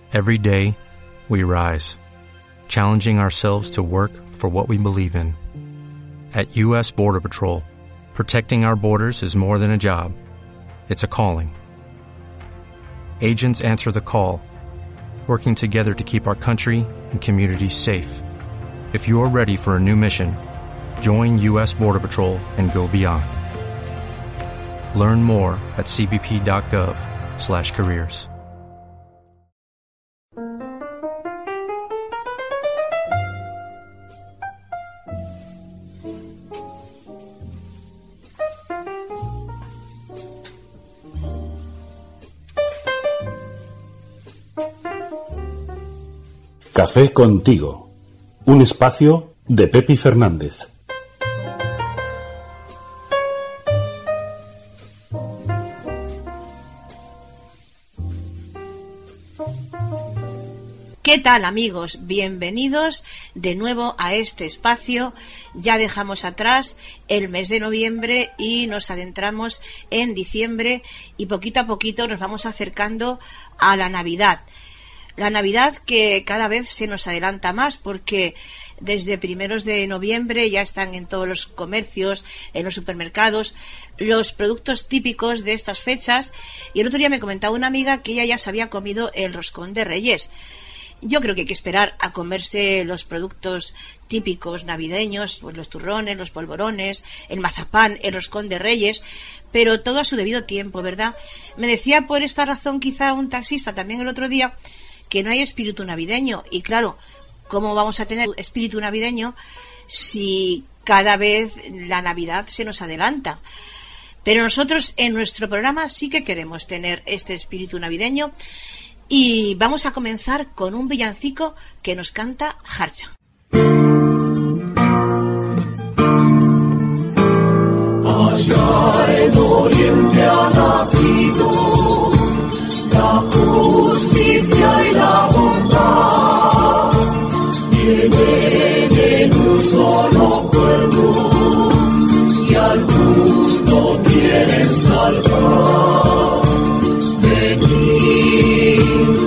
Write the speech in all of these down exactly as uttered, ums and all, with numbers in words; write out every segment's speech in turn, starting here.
Every day, we rise, challenging ourselves to work for what we believe in. At U S Border Patrol, protecting our borders is more than a job. It's a calling. Agents answer the call, working together to keep our country and communities safe. If you are ready for a new mission, join U S Border Patrol and go beyond. Learn more at c b p dot gov slash careers. Café contigo, un espacio de Pepi Fernández. ¿Qué tal, amigos? Bienvenidos de nuevo a este espacio. Ya dejamos atrás el mes de noviembre y nos adentramos en diciembre y poquito a poquito nos vamos acercando a la Navidad. La Navidad que cada vez se nos adelanta más porque desde primeros de noviembre ya están en todos los comercios, en los supermercados, los productos típicos de estas fechas. Y el otro día me comentaba una amiga que ella ya se había comido el roscón de Reyes. Yo creo que hay que esperar a comerse los productos típicos navideños, pues los turrones, los polvorones, el mazapán, el roscón de Reyes, pero todo a su debido tiempo, ¿verdad? Me decía por esta razón quizá un taxista también el otro día que no hay espíritu navideño. Y claro, ¿cómo vamos a tener espíritu navideño si cada vez la Navidad se nos adelanta? Pero nosotros en nuestro programa sí que queremos tener este espíritu navideño y vamos a comenzar con un villancico que nos canta Harcha. Allá en Oriente ha nacido la justicia y la bondad, vienen en un solo cuerpo y al mundo quieren salvar. Venid,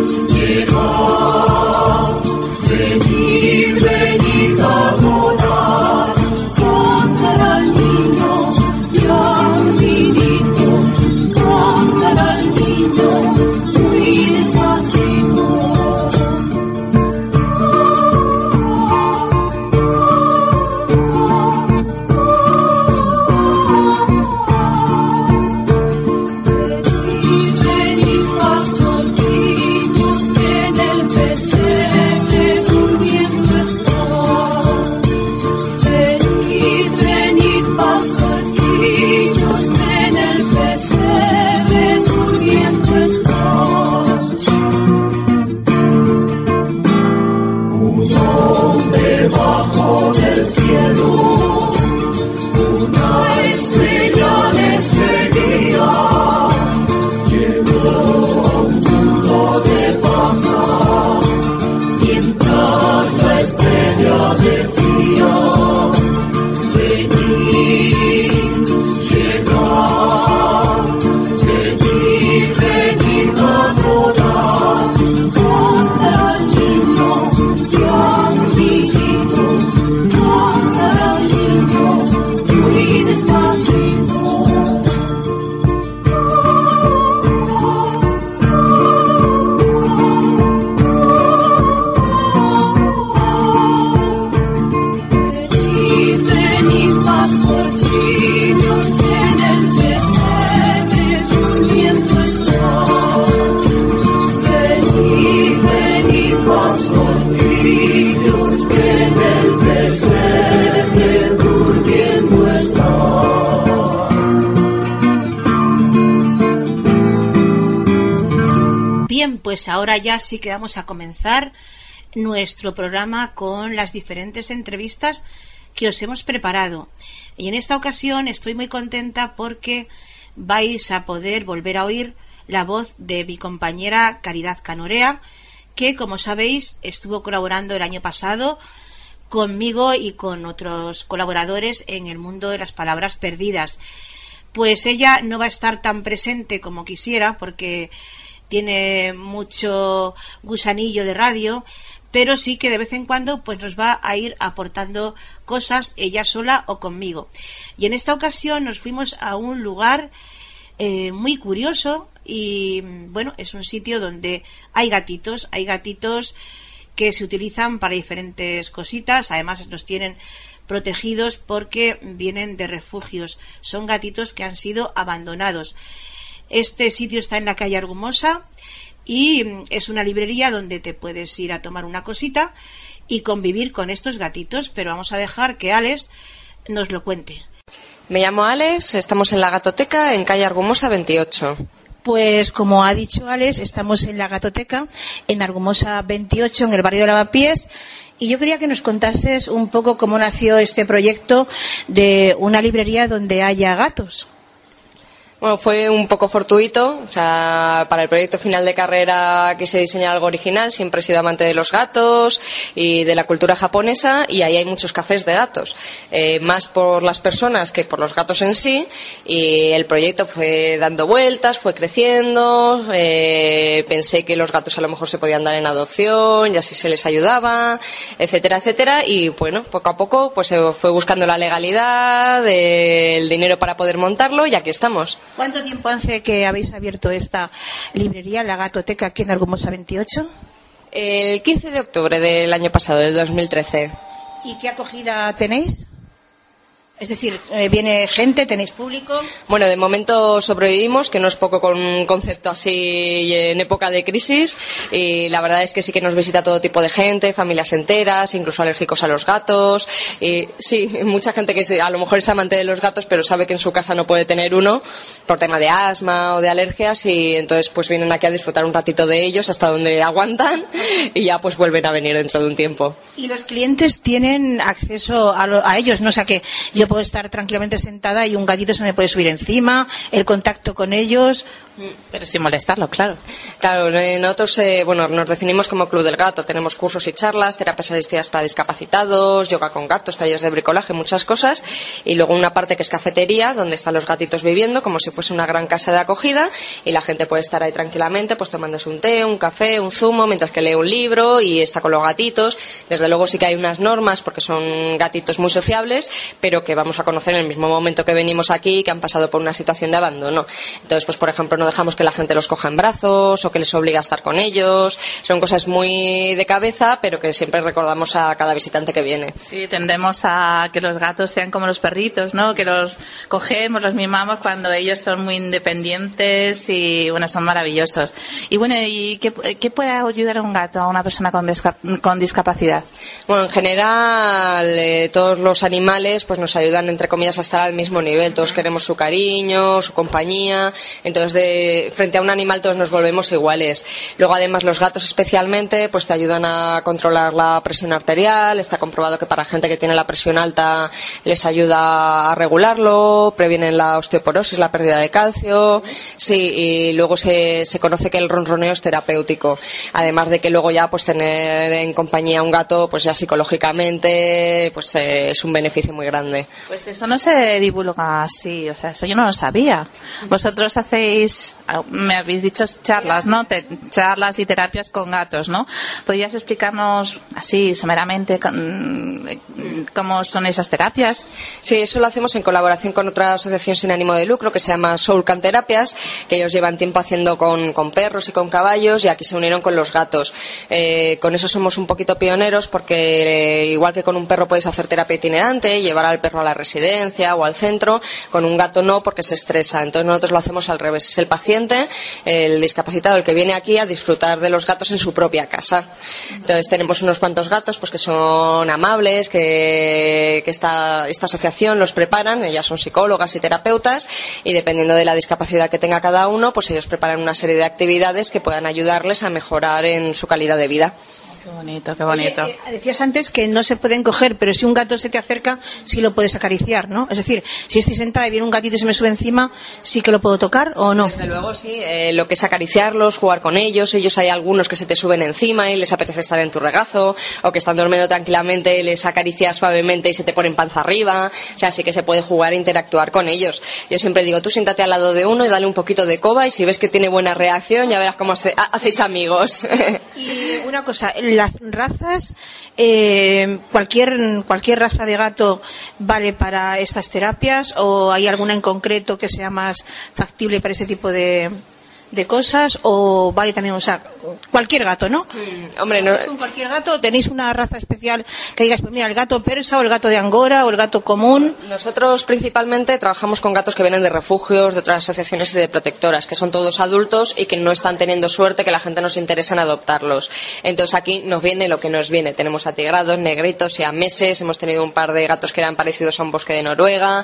llegad, venid, venid a adorar, cantar al niño y al niñito, cantar al niño. Pues ahora ya sí que vamos a comenzar nuestro programa con las diferentes entrevistas que os hemos preparado. Y en esta ocasión estoy muy contenta porque vais a poder volver a oír la voz de mi compañera Caridad Canorea, que como sabéis estuvo colaborando el año pasado conmigo y con otros colaboradores en el mundo de las palabras perdidas. Pues ella no va a estar tan presente como quisiera porque tiene mucho gusanillo de radio, pero sí que de vez en cuando pues nos va a ir aportando cosas, ella sola o conmigo. Y en esta ocasión nos fuimos a un lugar eh, muy curioso y bueno, es un sitio donde hay gatitos, hay gatitos que se utilizan para diferentes cositas, además los tienen protegidos porque vienen de refugios, son gatitos que han sido abandonados. Este sitio está en la calle Argumosa y es una librería donde te puedes ir a tomar una cosita y convivir con estos gatitos, pero vamos a dejar que Alex nos lo cuente. Me llamo Alex, estamos en la Gatoteca en calle Argumosa veintiocho. Pues como ha dicho Alex, estamos en la Gatoteca en Argumosa veintiocho, en el barrio de Lavapiés, y yo quería que nos contases un poco cómo nació este proyecto de una librería donde haya gatos. Bueno, fue un poco fortuito, o sea, para el proyecto final de carrera quise diseñar algo original, siempre he sido amante de los gatos y de la cultura japonesa, y ahí hay muchos cafés de gatos, eh, más por las personas que por los gatos en sí, y el proyecto fue dando vueltas, fue creciendo, eh, pensé que los gatos a lo mejor se podían dar en adopción y así se les ayudaba, etcétera, etcétera, y bueno, poco a poco pues se fue buscando la legalidad, eh, el dinero para poder montarlo, y aquí estamos. ¿Cuánto tiempo hace que habéis abierto esta librería, la Gatoteca, aquí en Argumosa veintiocho? El quince de octubre del año pasado, del dos mil trece. ¿Y qué acogida tenéis? Es decir, eh, ¿viene gente? ¿Tenéis público? Bueno, de momento sobrevivimos, que no es poco con un concepto así en época de crisis, y la verdad es que sí que nos visita todo tipo de gente, familias enteras, incluso alérgicos a los gatos, y sí, mucha gente que a lo mejor es amante de los gatos, pero sabe que en su casa no puede tener uno por tema de asma o de alergias, y entonces pues vienen aquí a disfrutar un ratito de ellos hasta donde aguantan, y ya pues vuelven a venir dentro de un tiempo. ¿Y los clientes tienen acceso a, lo, a ellos? No, o sea que yo puedo estar tranquilamente sentada y un gatito se me puede subir encima, el contacto con ellos, pero sin molestarlo, claro. Claro, nosotros eh, bueno, nos definimos como Club del Gato, tenemos cursos y charlas, terapias asistidas para discapacitados, yoga con gatos, talleres de bricolaje, muchas cosas, y luego una parte que es cafetería, donde están los gatitos viviendo como si fuese una gran casa de acogida, y la gente puede estar ahí tranquilamente pues tomándose un té, un café, un zumo, mientras que lee un libro y está con los gatitos. Desde luego sí que hay unas normas porque son gatitos muy sociables, pero que vamos a conocer en el mismo momento que venimos aquí, que han pasado por una situación de abandono. Entonces, pues por ejemplo, no dejamos que la gente los coja en brazos o que les obliga a estar con ellos. Son cosas muy de cabeza, pero que siempre recordamos a cada visitante que viene. Sí, tendemos a que los gatos sean como los perritos, ¿no? Que los cogemos, los mimamos cuando ellos son muy independientes y, bueno, son maravillosos. Y bueno, ¿y qué, qué puede ayudar a un gato, a una persona con, disca, con discapacidad? Bueno, en general, eh, todos los animales pues nos ayudan, entre comillas, a estar al mismo nivel. Todos queremos su cariño, su compañía. Entonces, de, frente a un animal todos nos volvemos iguales. Luego, además, los gatos especialmente pues te ayudan a controlar la presión arterial. Está comprobado que para gente que tiene la presión alta les ayuda a regularlo, previenen la osteoporosis, la pérdida de calcio. Sí, y luego se, se conoce que el ronroneo es terapéutico. Además de que luego ya pues tener en compañía un gato pues ya psicológicamente pues eh, es un beneficio muy grande. Pues eso no se divulga así, o sea, eso yo no lo sabía. Vosotros hacéis, me habéis dicho charlas, ¿no? Te, charlas y terapias con gatos, ¿no? ¿Podrías explicarnos así, someramente, cómo son esas terapias? Sí, eso lo hacemos en colaboración con otra asociación sin ánimo de lucro que se llama Soul Can Terapias, que ellos llevan tiempo haciendo con, con perros y con caballos, y aquí se unieron con los gatos. Eh, con eso somos un poquito pioneros porque eh, igual que con un perro puedes hacer terapia itinerante, llevar al perro a la residencia o al centro, con un gato no, porque se estresa. Entonces nosotros lo hacemos al revés, es el paciente, el discapacitado, el que viene aquí a disfrutar de los gatos en su propia casa. Entonces tenemos unos cuantos gatos pues que son amables, que, que esta, esta asociación los preparan, ellas son psicólogas y terapeutas, y dependiendo de la discapacidad que tenga cada uno, pues ellos preparan una serie de actividades que puedan ayudarles a mejorar en su calidad de vida. Qué bonito, qué bonito. Oye, eh, decías antes que no se pueden coger, pero si un gato se te acerca, sí lo puedes acariciar, ¿no? Es decir, si estoy sentada y viene un gatito y se me sube encima, ¿sí que lo puedo tocar o no? Desde luego, sí. Eh, lo que es acariciarlos, jugar con ellos. Ellos hay algunos que se te suben encima y les apetece estar en tu regazo, o que están durmiendo tranquilamente, les acaricias suavemente y se te ponen panza arriba. O sea, sí que se puede jugar e interactuar con ellos. Yo siempre digo, tú siéntate al lado de uno y dale un poquito de coba, y si ves que tiene buena reacción, ya verás cómo hace, hacéis amigos. Y una cosa, las razas, eh, cualquier cualquier raza de gato vale para estas terapias, o hay alguna en concreto que sea más factible para este tipo de de cosas, o vale también, o sea, cualquier gato, ¿no? Mm, hombre, no. ¿Con cualquier gato tenéis una raza especial que digas, pues mira, el gato persa o el gato de Angora o el gato común? Nosotros principalmente trabajamos con gatos que vienen de refugios, de otras asociaciones y de protectoras, que son todos adultos y que no están teniendo suerte, que la gente nos interesa en adoptarlos. Entonces aquí nos viene lo que nos viene. Tenemos atigrados, negritos, siameses, hemos tenido un par de gatos que eran parecidos a un bosque de Noruega,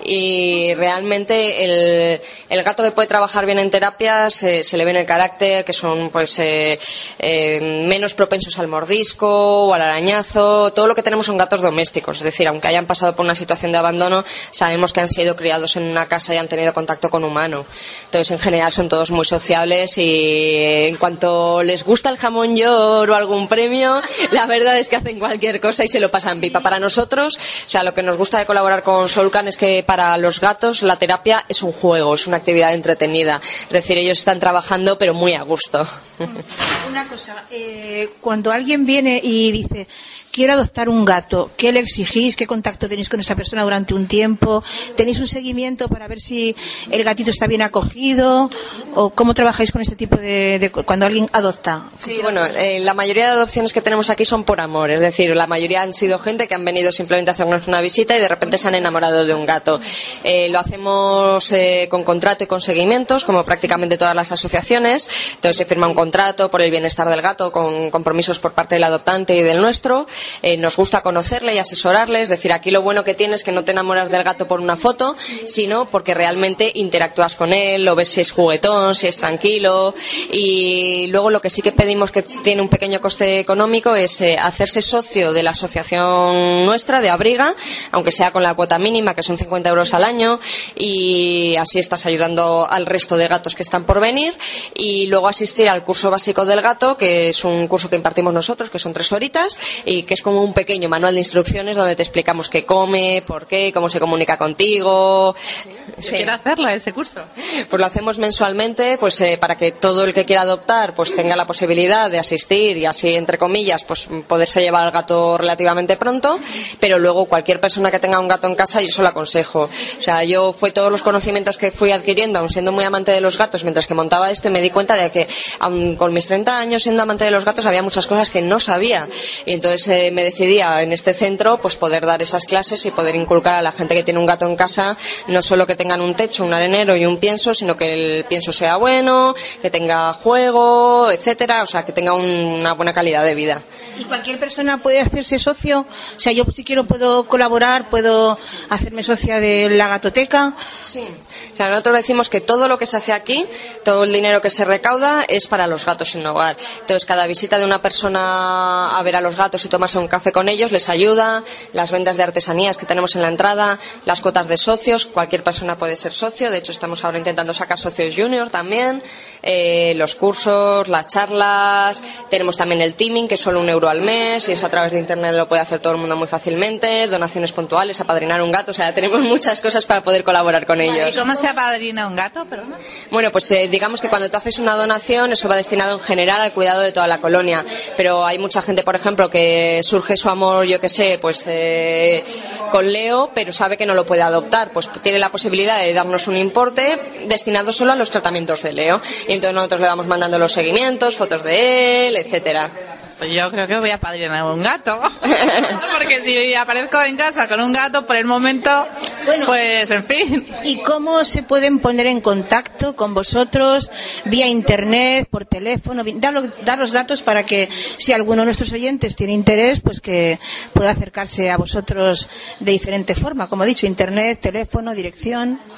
y realmente el, el gato que puede trabajar bien en terapias se, se le ve en el carácter, que son pues eh, eh, menos propensos al mordisco o al arañazo. Todo lo que tenemos son gatos domésticos, es decir, aunque hayan pasado por una situación de abandono, sabemos que han sido criados en una casa y han tenido contacto con humano. Entonces, en general, son todos muy sociables, y en cuanto les gusta el jamón york o algún premio, la verdad es que hacen cualquier cosa y se lo pasan pipa. Para nosotros, o sea, lo que nos gusta de colaborar con Soulcan es que para los gatos la terapia es un juego, es una actividad entretenida. Es decir, ellos están trabajando pero muy a gusto. Una cosa, eh, cuando alguien viene y dice, quiero adoptar un gato, ¿qué le exigís? ¿Qué contacto tenéis con esa persona durante un tiempo? ¿Tenéis un seguimiento para ver si el gatito está bien acogido? ¿O cómo trabajáis con este tipo de, de cuando alguien adopta? Sí, bueno, eh, la mayoría de adopciones que tenemos aquí son por amor, es decir, la mayoría han sido gente que han venido simplemente a hacernos una visita y de repente se han enamorado de un gato. Eh, lo hacemos eh, con contrato y con seguimientos, como prácticamente todas las asociaciones. Entonces se firma un contrato por el bienestar del gato, con compromisos por parte del adoptante y del nuestro. Eh, nos gusta conocerle y asesorarle, es decir, aquí lo bueno que tienes es que no te enamoras del gato por una foto, sino porque realmente interactúas con él, lo ves si es juguetón, si es tranquilo. Y luego lo que sí que pedimos, que tiene un pequeño coste económico, es eh, hacerse socio de la asociación nuestra de Abriga, aunque sea con la cuota mínima, que son cincuenta euros al año, y así estás ayudando al resto de gatos que están por venir. Y luego asistir al curso básico del gato, que es un curso que impartimos nosotros, que son tres horitas, y que es como un pequeño manual de instrucciones donde te explicamos qué come, por qué, cómo se comunica contigo. Sí. Quiero hacerlo, ese curso. Pues lo hacemos mensualmente, pues eh, para que todo el que quiera adoptar pues tenga la posibilidad de asistir y así, entre comillas, pues poderse llevar al gato relativamente pronto. Pero luego cualquier persona que tenga un gato en casa, yo se lo aconsejo. O sea, yo fue todos los conocimientos que fui adquiriendo, aun siendo muy amante de los gatos, mientras que montaba esto, y me di cuenta de que aun con mis treinta años siendo amante de los gatos había muchas cosas que no sabía. Y entonces eh, me decidía en este centro pues poder dar esas clases y poder inculcar a la gente que tiene un gato en casa, no solo que tengan un techo, un arenero y un pienso, sino que el pienso sea bueno, que tenga juego, etcétera, o sea, que tenga un, una buena calidad de vida. ¿Y cualquier persona puede hacerse socio? O sea, yo si quiero puedo colaborar, puedo hacerme socia de la gatoteca. Sí. O sea, nosotros decimos que todo lo que se hace aquí, todo el dinero que se recauda es para los gatos sin hogar. Entonces, cada visita de una persona a ver a los gatos y tomarse un café con ellos les ayuda. Las ventas de artesanías que tenemos en la entrada, las cuotas de socios, cualquier persona puede ser socio. De hecho, estamos ahora intentando sacar socios junior también. Eh, los cursos, las charlas. Tenemos también el teaming, que es solo un euro al mes, y eso a través de internet lo puede hacer todo el mundo muy fácilmente. Donaciones puntuales, apadrinar un gato. O sea, tenemos muchas cosas para poder colaborar con ellos. ¿Y cómo se apadrina un gato? Perdona. Bueno, pues eh, digamos que cuando tú haces una donación, eso va destinado en general al cuidado de toda la colonia. Pero hay mucha gente, por ejemplo, que surge su amor, yo que sé, pues eh, con Leo, pero sabe que no lo puede adoptar. Pues tiene la posibilidad de darnos un importe destinado solo a los tratamientos de Leo. Y entonces nosotros le vamos mandando los seguimientos, fotos de él, etcétera. Pues yo creo que voy a padrinar un gato. Porque si aparezco en casa con un gato por el momento, bueno, pues en fin. ¿Y cómo se pueden poner en contacto con vosotros? ¿Vía internet, por teléfono? Dar, dar los datos para que si alguno de nuestros oyentes tiene interés, pues que pueda acercarse a vosotros de diferente forma. Como he dicho, internet, teléfono, dirección.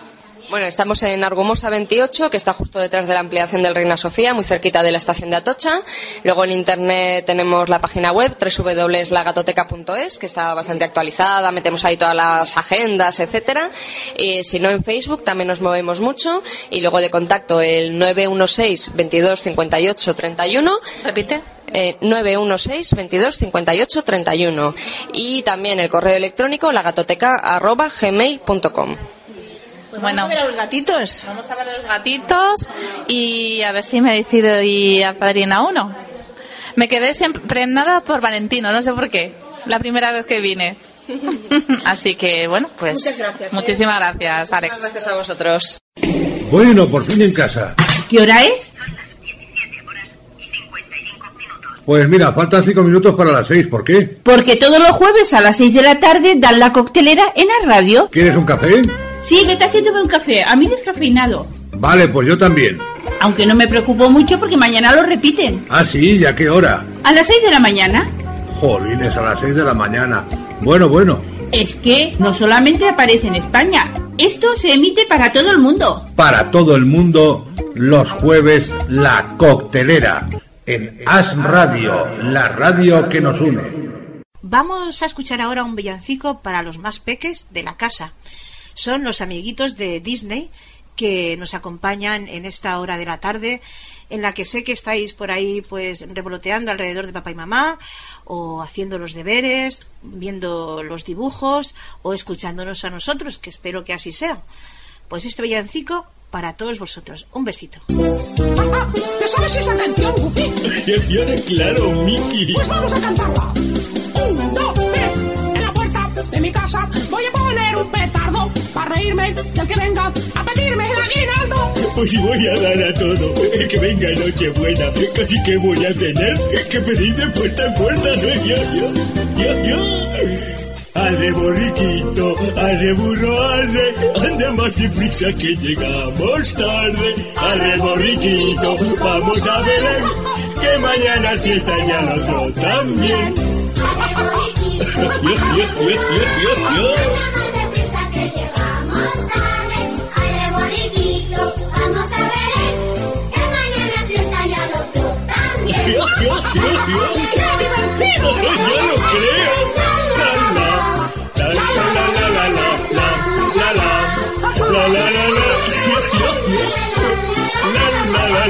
Bueno, estamos en Argumosa veintiocho, que está justo detrás de la ampliación del Reina Sofía, muy cerquita de la estación de Atocha. Luego en internet tenemos la página web doble u doble u doble u punto la gatoteca punto es, que está bastante actualizada, metemos ahí todas las agendas, etcétera. Y si no, en Facebook también nos movemos mucho. Y luego de contacto el nueve uno seis, veintidós, cincuenta y ocho, treinta y uno. Repite. Eh, nueve uno seis, veintidós, cincuenta y ocho, treinta y uno. Y también el correo electrónico lagatoteca arroba gmail punto com. Pues Bueno. vamos a ver a los gatitos. Vamos a ver los gatitos y a ver si me decido y apadrina uno. Me quedé siempre prendada por Valentino, no sé por qué. La primera vez que vine. Así que, bueno, pues Muchas gracias, ¿eh? muchísimas gracias, Alex. Muchas gracias a vosotros. Bueno, por fin en casa. ¿Qué hora es? Pues mira, faltan cinco minutos para las seis. ¿Por qué? Porque todos los jueves a las seis de la tarde dan la coctelera en la radio. ¿Quieres un café? Sí, vete haciéndome un café, a mí descafeinado. Vale, pues yo también. Aunque no me preocupo mucho porque mañana lo repiten. Ah, sí, ¿ya qué hora? ¿A las seis de la mañana? Jolines, a las seis de la mañana. Bueno, bueno. Es que no solamente aparece en España, esto se emite para todo el mundo. Para todo el mundo, los jueves, la coctelera. En As Radio, la radio que nos une. Vamos a escuchar ahora un villancico para los más peques de la casa. Son los amiguitos de Disney que nos acompañan en esta hora de la tarde, en la que sé que estáis por ahí pues revoloteando alrededor de papá y mamá, o haciendo los deberes, viendo los dibujos, o escuchándonos a nosotros, que espero que así sea. Pues este villancico para todos vosotros. Un besito. Papá, ¿te sabes esta canción, Goofy? Claro, Mickey. Pues vamos a cantarla. Un, dos, tres. En la puerta de mi casa voy a poner un petardo para reírme del que venga a pedirme el aguinaldo. Pues si voy a dar a todo, el que venga Nochebuena, casi que voy a tener que pedir de puerta en puerta. Yo, yo, yo, yo. Arre borriquito, arre burro, arre, anda más deprisa que llegamos tarde. Arre borriquito, vamos a Belén, que mañana es fiesta y al otro también. Arre borriquito, vamos deprisa que llegamos tarde. Arre borriquito, vamos a Belén, que mañana es fiesta y al otro también. ¡Qué divertido! ¡Ya lo creo! La la la la la la la la la la la la la la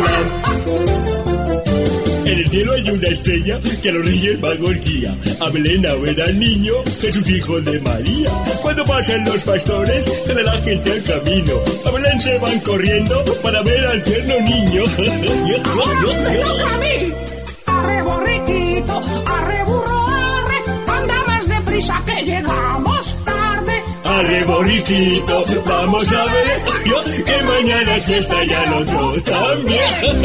la. En el cielo hay una estrella que a los reyes magos guía. A Belén a ver al niño, Jesús hijo de María. Cuando pasan los pastores, sale la gente al camino. A Belén se van corriendo para ver al tierno niño. ¡Me toca a mí! Arre borriquito, arre burro, arre, anda más deprisa que llegamos tarde. Arre borriquito, vamos a ver que mañana es fiesta y al otro también.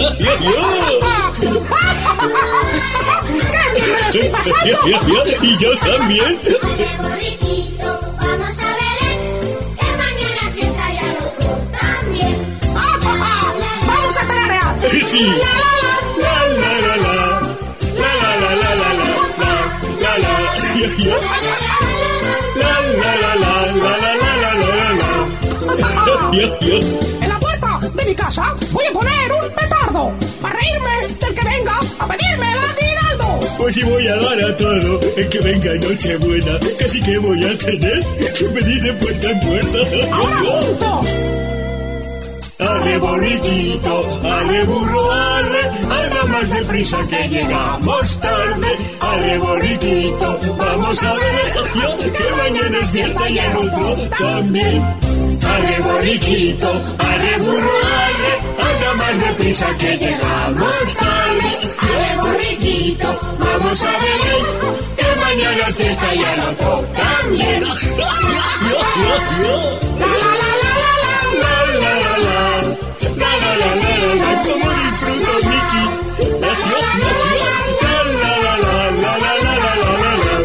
¡Qué bien me lo estoy pasando! Y yo también. Arre borriquito, vamos a Belén, que mañana es fiesta y al otro también. ¡Vamos a tararear! Sí. La la la la. La la la la la la la la la. La la la la la la la la la. En la puerta de mi casa voy a poner un petardo para reírme del que venga a pedirme el aguinaldo. Pues si voy a dar a todo el que venga Nochebuena, casi que voy a tener que pedir de puerta en puerta. ¡Ahora juntos! Arre borriquito, arre burro, arre, anda más deprisa que llegamos tarde. Arre borriquito, vamos a ver que mañana es fiesta y al otro también. Arre borriquito, arre burro, arre, anda más deprisa que llegamos tarde. Arre borriquito, vamos a ver que mañana es fiesta y al otro también. ¡La la la la la la! La la la la, la la la la la, como disfruto Mickey. La la la la la la la la la la la.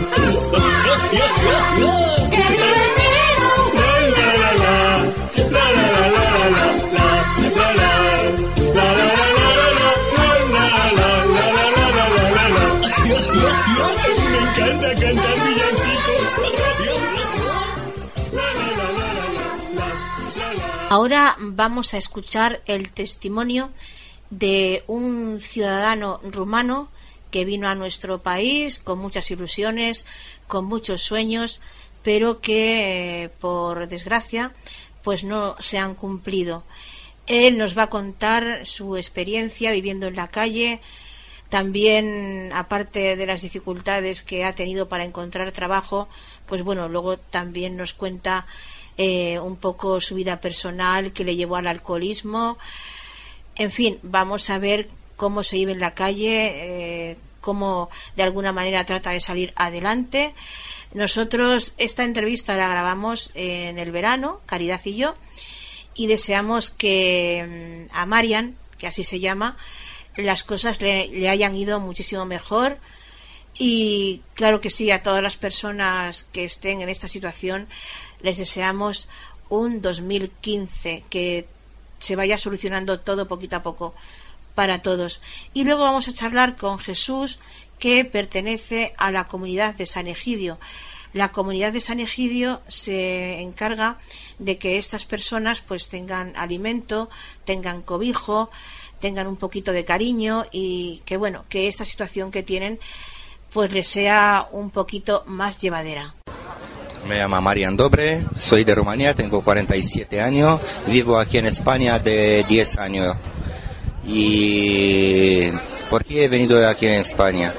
¡Qué divertido! La la la la, la la la la la la la la la la. Me encanta cantar villancicos. La la la la la la la la la. Ahora vamos a escuchar el testimonio de un ciudadano rumano que vino a nuestro país con muchas ilusiones, con muchos sueños, pero que eh, por desgracia pues no se han cumplido. Él nos va a contar su experiencia viviendo en la calle, también aparte de las dificultades que ha tenido para encontrar trabajo, pues bueno, luego también nos cuenta eh, un poco su vida personal que le llevó al alcoholismo. En fin, vamos a ver cómo se vive en la calle, eh, cómo de alguna manera trata de salir adelante. Nosotros esta entrevista la grabamos en el verano, Caridad y yo, y deseamos que a Marian, que así se llama, las cosas le, le hayan ido muchísimo mejor. Y claro que sí, a todas las personas que estén en esta situación les deseamos un dos mil quince que se vaya solucionando todo poquito a poco para todos. Y luego vamos a charlar con Jesús, que pertenece a la comunidad de San Egidio. La comunidad de San Egidio se encarga de que estas personas pues tengan alimento, tengan cobijo, tengan un poquito de cariño y que bueno, que esta situación que tienen pues les sea un poquito más llevadera. Me llamo Marian Dobre, soy de Rumanía, tengo cuarenta y siete años, vivo aquí en España de diez años. ¿Y por qué he venido aquí en España?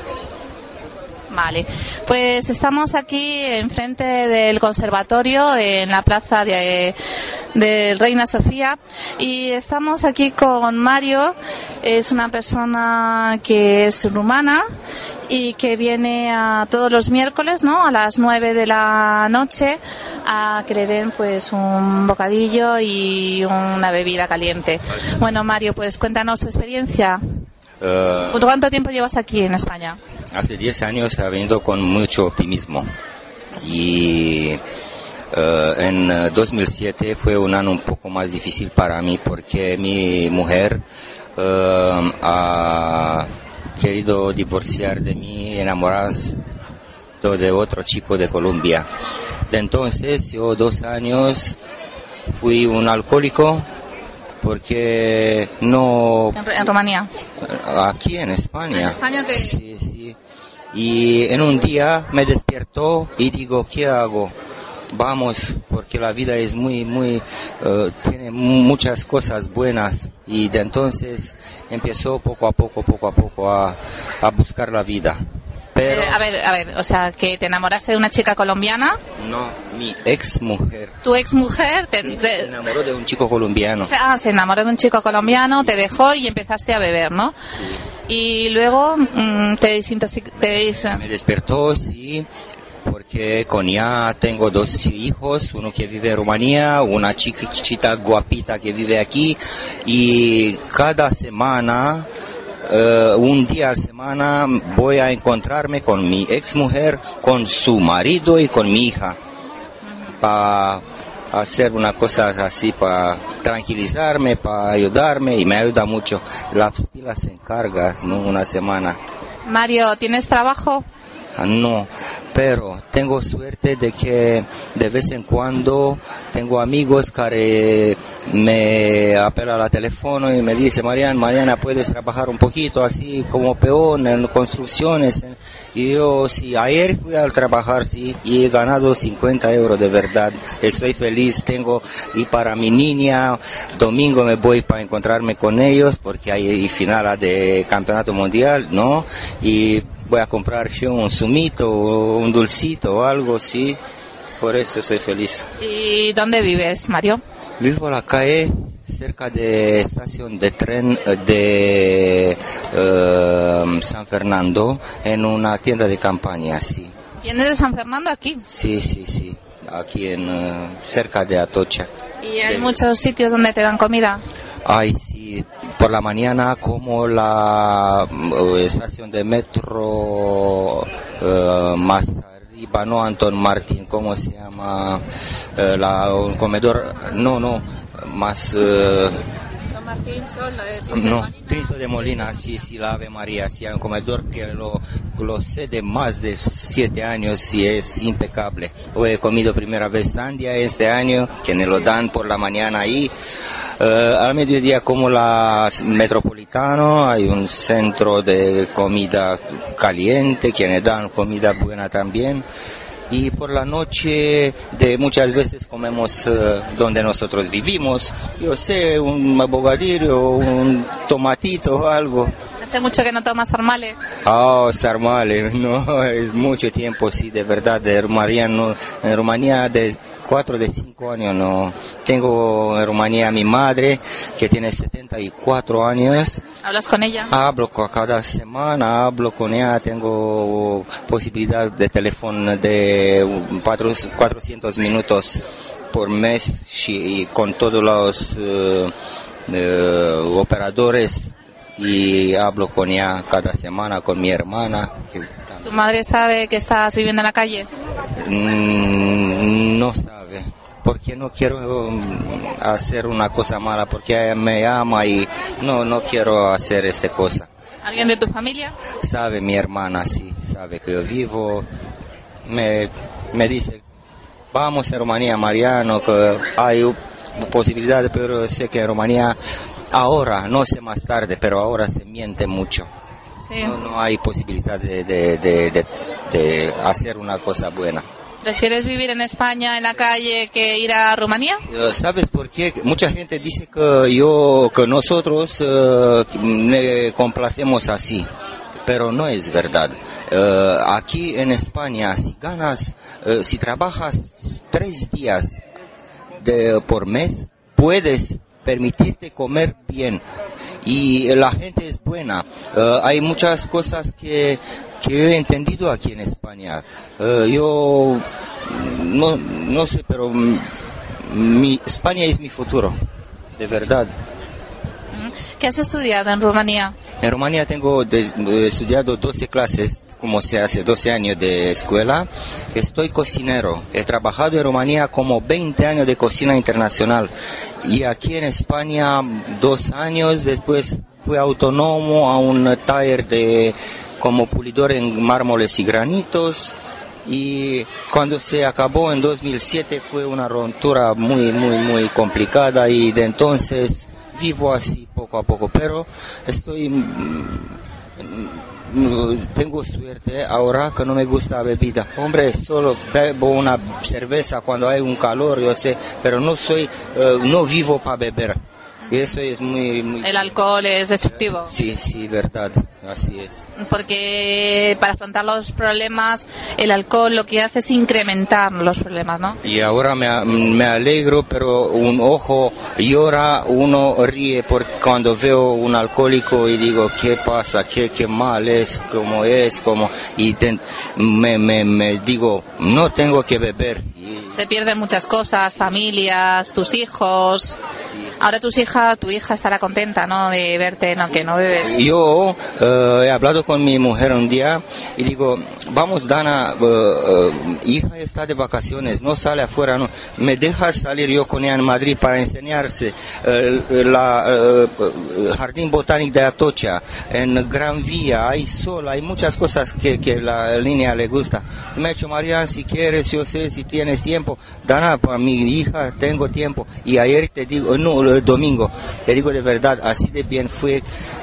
Vale, pues estamos aquí enfrente del conservatorio en la plaza de, de Reina Sofía y estamos aquí con Mario. Es una persona que es rumana y que viene a todos los miércoles, ¿no?, a las nueve de la noche a que le den pues un bocadillo y una bebida caliente. Bueno, Mario, pues cuéntanos tu experiencia. Uh, ¿Cuánto tiempo llevas aquí en España? Hace diez años he venido con mucho optimismo y uh, en dos mil siete fue un año un poco más difícil para mí porque mi mujer uh, ha querido divorciar de mí, enamorarse de otro chico de Colombia. De entonces yo dos años fui un alcohólico porque no... ¿En, en Rumanía? Aquí en España. ¿En España te... Sí, sí. Y en un día me despierto y digo, ¿qué hago? Vamos, porque la vida es muy, muy... Uh, tiene muchas cosas buenas. Y de entonces empezó poco a poco, poco a poco a, a buscar la vida. Pero... A ver, a ver, o sea, que te enamoraste de una chica colombiana. No, mi ex mujer. Tu ex mujer te, te... se enamoró de un chico colombiano. Ah, se enamoró de un chico colombiano, te dejó y empezaste a beber, ¿no? Sí. Y luego mmm, te desintoxicaste. Me despertó, sí, porque con ella tengo dos hijos, uno que vive en Rumanía, una chiquita guapita que vive aquí, y cada semana... Uh, un día a la semana voy a encontrarme con mi ex mujer, con su marido y con mi hija uh-huh. para hacer una cosa así, para tranquilizarme, para ayudarme, y me ayuda mucho. Las pilas se encargan, ¿no?, una semana. Mario, ¿tienes trabajo? No, pero tengo suerte de que de vez en cuando tengo amigos que me apelan al teléfono y me dicen, Marian, Mariana, ¿puedes trabajar un poquito así como peón en construcciones? Y yo, sí, ayer fui a trabajar, sí, y he ganado cincuenta euros de verdad. Estoy feliz, tengo, y para mi niña, domingo me voy para encontrarme con ellos porque hay final de campeonato mundial, ¿no? Y voy a comprar un zumito o un dulcito o algo así, por eso soy feliz. ¿Y dónde vives, Mario? Vivo en la calle, cerca de estación de tren de uh, San Fernando, en una tienda de campaña, sí. ¿Vienes de San Fernando aquí? Sí, sí, sí, aquí en uh, cerca de Atocha. ¿Y hay de... muchos sitios donde te dan comida? Ay, sí, por la mañana como la uh, estación de metro uh, más arriba, no Anton Martín, ¿cómo se llama? Uh, la, un comedor, no, no, más... Uh, No, Tinso de Molina, sí, sí, la Ave María, sí, hay un comedor que lo, lo sé de más de siete años y es impecable. Hoy he comido primera vez sandia este año, que me lo dan por la mañana ahí. Uh, al mediodía como la Metropolitano, hay un centro de comida caliente, que me dan comida buena también. Y por la noche de muchas veces comemos uh, donde nosotros vivimos, yo sé, un bocadillo, un tomatito o algo. ¿Hace mucho que no tomas sarmale? Oh, sarmale, no, es mucho tiempo, sí, de verdad, de Rumanía, no, en Rumanía de cuatro, de cinco años no. Tengo en Rumanía a mi madre, que tiene setenta y cuatro años. ¿Hablas con ella? Hablo cada semana, hablo con ella, tengo posibilidad de teléfono de cuatrocientos minutos por mes y con todos los uh, uh, operadores, y hablo con ella cada semana, con mi hermana. ¿Tu madre sabe que estás viviendo en la calle? Mm, no sabe, porque no quiero hacer una cosa mala, porque ella me ama y no, no quiero hacer esa cosa. ¿Alguien de tu familia? Sabe, mi hermana, sí, sabe que yo vivo. Me, me dice, vamos a Rumanía, Mariano, que hay posibilidades, pero sé que en Rumanía ahora, no sé más tarde, pero ahora se miente mucho. Sí. No, no hay posibilidad de, de, de, de, de hacer una cosa buena. ¿Prefieres vivir en España, en la calle, que ir a Rumanía? ¿Sabes por qué? Mucha gente dice que yo, que nosotros uh, le complacemos así, pero no es verdad. Uh, aquí en España, si ganas, uh, si trabajas tres días de, por mes, puedes permitirte comer bien. Y la gente es buena. Uh, hay muchas cosas que, que he entendido aquí en España. Uh, yo no, no sé, pero mi, España es mi futuro, de verdad. ¿Qué has estudiado en Rumanía? En Rumanía tengo de, de estudiado doce clases, como se hace doce años de escuela. Estoy cocinero. He trabajado en Rumanía como veinte años de cocina internacional. Y aquí en España dos años. Después fui autónomo a un taller de como pulidor en mármoles y granitos. Y cuando se acabó en dos mil siete fue una ruptura muy, muy, muy complicada. Y de entonces vivo así poco a poco, pero estoy tengo suerte ahora que no me gusta la bebida. Hombre, solo bebo una cerveza cuando hay un calor, yo sé, pero no soy uh, no vivo para beber. Y eso es muy, muy... ¿El alcohol es destructivo? Sí, sí, verdad, así es. Porque para afrontar los problemas, el alcohol lo que hace es incrementar los problemas, ¿no? Y ahora me, me alegro, pero un ojo llora, uno ríe porque cuando veo un alcohólico y digo, ¿qué pasa? ¿Qué, qué mal es? ¿Cómo es? ¿Cómo? Y te, me, me, me digo, no tengo que beber. Y... Se pierden muchas cosas, familias, tus hijos... Sí. Ahora tus hijas, tu hija estará contenta, ¿no?, de verte, ¿no?, que no bebes. Yo uh, he hablado con mi mujer un día y digo, vamos Dana, uh, uh, hija está de vacaciones, no sale afuera, no. ¿Me dejas salir yo con ella en Madrid para enseñarse uh, la uh, Jardín Botánico de Atocha, en Gran Vía, hay sol, hay muchas cosas que, que la línea le gusta? Y me ha dicho, Marian, si quieres, yo sé, si tienes tiempo, Dana, para mi hija tengo tiempo. Y ayer te digo, no, el domingo, te digo de verdad, así de bien fue,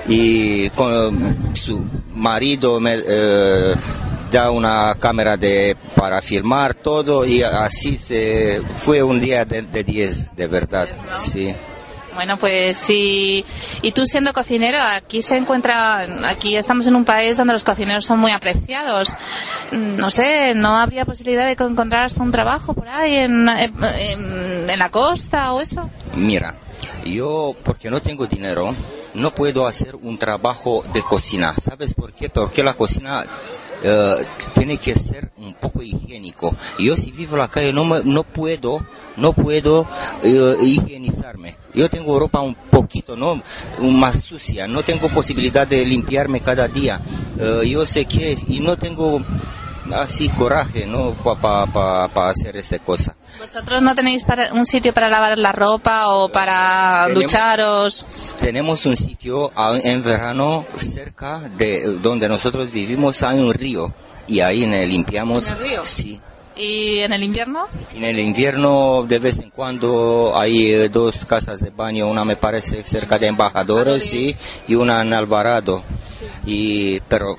y con su marido me eh, da una cámara de para filmar todo, y así se fue un día de diez, de verdad, sí. Bueno, pues sí. Y tú siendo cocinero, aquí se encuentra, aquí estamos en un país donde los cocineros son muy apreciados. No sé, ¿no habría posibilidad de encontrar hasta un trabajo por ahí en, en, en la costa o eso? Mira, yo porque no tengo dinero no puedo hacer un trabajo de cocina. ¿Sabes por qué? Porque la cocina Uh, tiene que ser un poco higiénico. Yo si vivo en la calle no me, no puedo no puedo uh, higienizarme. Yo tengo ropa un poquito no más sucia, no tengo posibilidad de limpiarme cada día. Uh, yo sé que y no tengo así coraje, ¿no? Para pa, pa, pa hacer esta cosa. ¿Vosotros no tenéis para, un sitio para lavar la ropa o para tenemos, ducharos? Tenemos un sitio en verano cerca de donde nosotros vivimos, hay un río y ahí limpiamos. ¿En el río? Sí. ¿Y en el invierno? En el invierno de vez en cuando hay eh, dos casas de baño, una me parece cerca de Embajadores, sí, y una en Alvarado. Sí. Y pero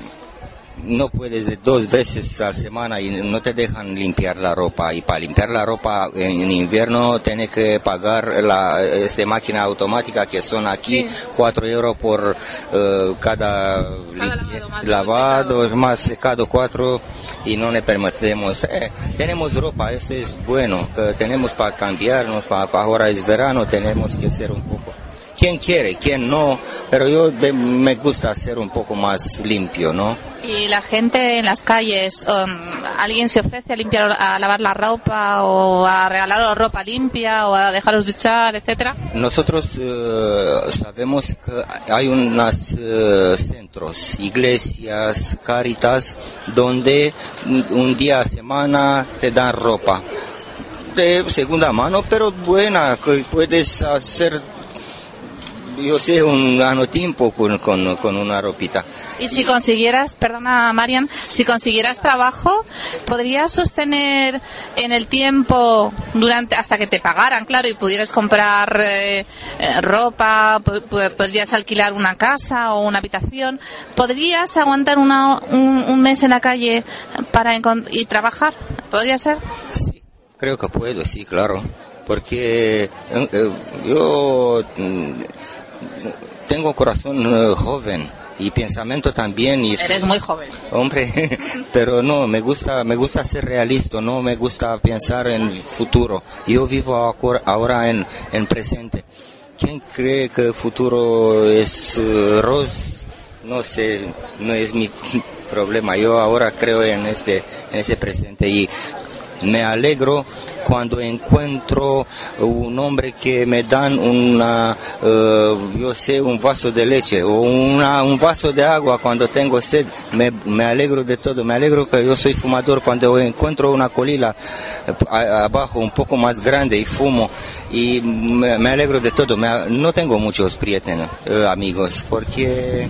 no puedes de dos veces a la semana y no te dejan limpiar la ropa, y para limpiar la ropa en, en invierno tienes que pagar la esta máquina automática que son aquí sí. cuatro euros por uh, cada, cada lavado, más, lavado secado. Más secado cuatro, y no le permitimos. Eh, tenemos ropa, eso es bueno, que tenemos para cambiarnos, para ahora es verano, tenemos que ser un poco. Quien quiere, quien no, pero yo de, me gusta ser un poco más limpio, ¿no? Y la gente en las calles, um, ¿alguien se ofrece a limpiar, a lavar la ropa o a regalaros ropa limpia o a dejaros duchar, etcétera? Nosotros uh, sabemos que hay unos uh, centros, iglesias, Caritas, donde un día a semana te dan ropa de segunda mano, pero buena, que puedes hacer, yo sé, un ano tiempo con, con, con una ropita. Y si consiguieras, perdona Marian, si consiguieras trabajo, ¿podrías sostener en el tiempo durante hasta que te pagaran, claro, y pudieras comprar eh, eh, ropa, podrías alquilar una casa o una habitación? ¿Podrías aguantar una, un, un mes en la calle para y trabajar? ¿Podría ser? Sí, creo que puedo, sí, claro. Porque eh, yo tengo corazón uh, joven y pensamiento también. Y eres muy joven. Hombre, pero no, me gusta, me gusta ser realista, no me gusta pensar en el futuro. Yo vivo ahora en, en presente. ¿Quién cree que el futuro es uh, rosa? No sé, no es mi problema. Yo ahora creo en este, en ese presente, y me alegro cuando encuentro un hombre que me dan una, uh, yo sé, un vaso de leche o una, un vaso de agua cuando tengo sed. Me, me alegro de todo. Me alegro que yo soy fumador cuando encuentro una colila abajo un poco más grande y fumo. Y me, me alegro de todo. Me, no tengo muchos prietes, uh, amigos, porque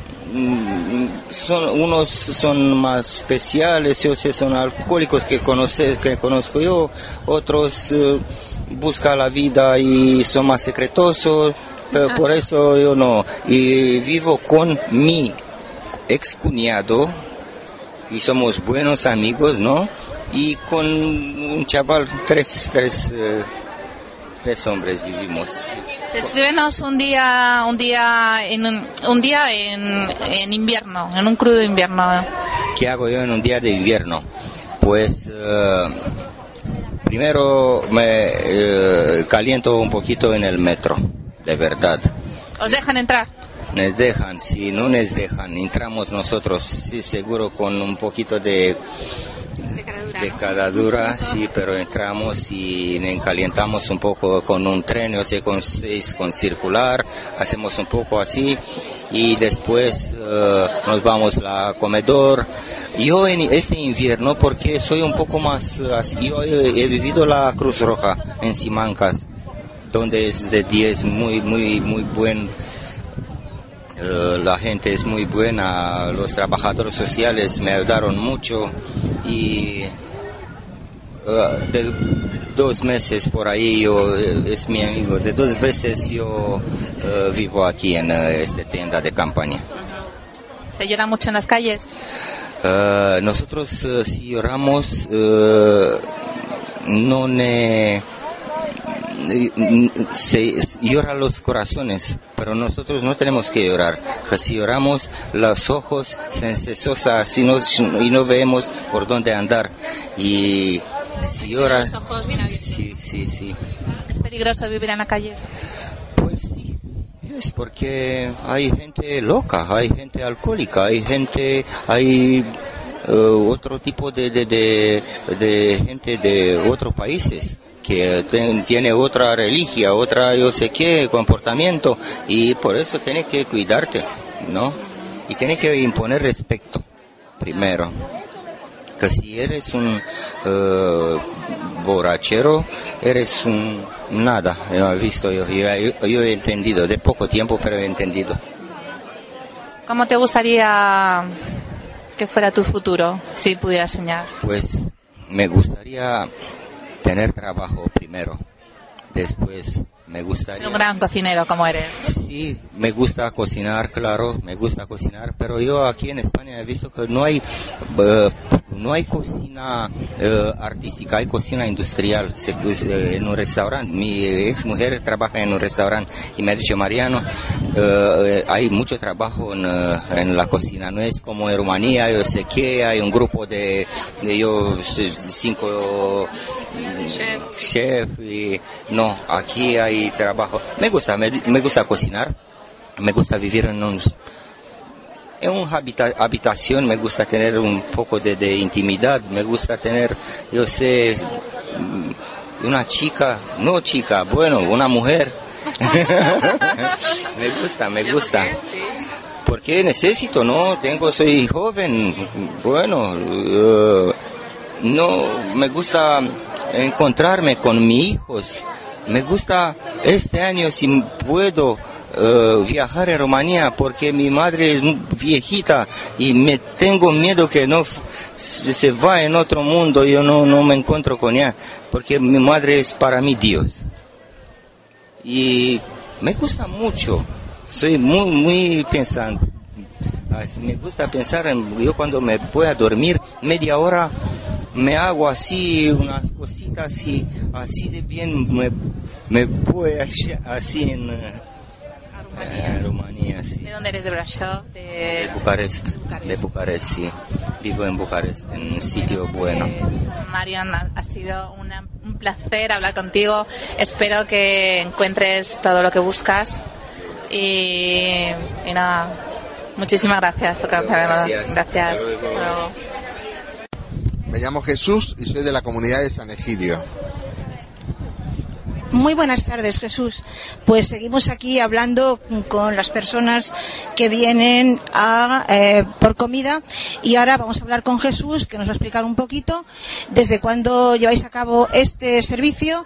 son unos son más especiales, yo sé, son alcohólicos que conoces, que conozco yo, otros uh, buscan la vida y son más secretosos, pero por eso yo no. Y vivo con mi ex cuñado y somos buenos amigos, ¿no? Y con un chaval, tres, tres, uh, tres hombres vivimos. Descríbenos un día, un día en un, un día en, en invierno, en un crudo invierno. ¿Qué hago yo en un día de invierno? Pues uh, primero me uh, caliento un poquito en el metro, de verdad. ¿Os dejan entrar? Nos dejan, si no nos dejan, entramos nosotros, sí, seguro con un poquito de de caladura, sí, pero entramos y nos calentamos un poco con un tren, o sea, con, con circular, hacemos un poco así, y después uh, nos vamos a comedor. Yo en este invierno, porque soy un poco más así, yo he, he vivido la Cruz Roja en Simancas, donde es de diez, muy, muy, muy buen. Uh, la gente es muy buena, los trabajadores sociales me ayudaron mucho, y uh, de dos meses por ahí yo, es mi amigo, de dos veces yo uh, vivo aquí en uh, esta tienda de campaña. ¿Se llora mucho en las calles? Uh, nosotros uh, si lloramos uh, no ne se lloran los corazones, pero nosotros no tenemos que llorar, que si lloramos los ojos se cesosa y no, y no vemos por dónde andar, y si lloras, los ojos bien abiertos. Sí, sí, sí. ¿Es peligroso vivir en la calle? Pues sí, es porque hay gente loca, hay gente alcohólica, hay gente, hay uh, otro tipo de, de, de, de gente de otros países que ten, tiene otra religión, otra yo sé qué comportamiento, y por eso tienes que cuidarte, ¿no? Y tienes que imponer respeto primero. que si eres un uh, borrachero, eres un nada. Yo he visto, yo, yo, yo he entendido, de poco tiempo, pero he entendido. ¿Cómo te gustaría que fuera tu futuro, si pudieras soñar? Pues me gustaría tener trabajo primero, después me gustaría... Un gran cocinero como eres. Sí, me gusta cocinar, claro, me gusta cocinar, pero yo aquí en España he visto que no hay uh, no hay cocina uh, artística, hay cocina industrial. Se, pues, uh, en un restaurante, mi ex mujer trabaja en un restaurante y me ha dicho, Mariano, uh, hay mucho trabajo en, uh, en la cocina, no es como en Rumanía, yo sé que hay un grupo de, de yo cinco chef, chef y no, aquí hay trabajo. Me gusta, me, me gusta cocinar, me gusta vivir en un en una habita, habitación, me gusta tener un poco de, de intimidad, me gusta tener, yo sé, una chica, no chica, bueno, una mujer. me gusta, me gusta. Porque necesito, no, tengo, soy joven, bueno, uh, no, me gusta encontrarme con mis hijos. Me gusta este año, si puedo, uh, viajar en Rumanía, porque mi madre es viejita y me tengo miedo que no se va en otro mundo, yo no, no me encuentro con ella, porque mi madre es para mí Dios. Y me gusta mucho, soy muy, muy pensante. Me gusta pensar en, yo cuando me voy a dormir, media hora, me hago así unas cositas así, así de bien me, me voy así en eh, Rumanía, sí. ¿De dónde eres? ¿De Brașov? De, de Bucarest, Bucarest, de Bucarest, sí. Vivo en Bucarest, en un sitio bueno. Pues, Marian, ha, ha sido una, un placer hablar contigo. Espero que encuentres todo lo que buscas y, y nada, muchísimas gracias por cantarnos. Gracias. Gracias. Hasta luego. Hasta luego. Me llamo Jesús y soy de la comunidad de San Egidio. Muy buenas tardes, Jesús. Pues seguimos aquí hablando con las personas que vienen a, eh, por comida, y ahora vamos a hablar con Jesús, que nos va a explicar un poquito desde cuándo lleváis a cabo este servicio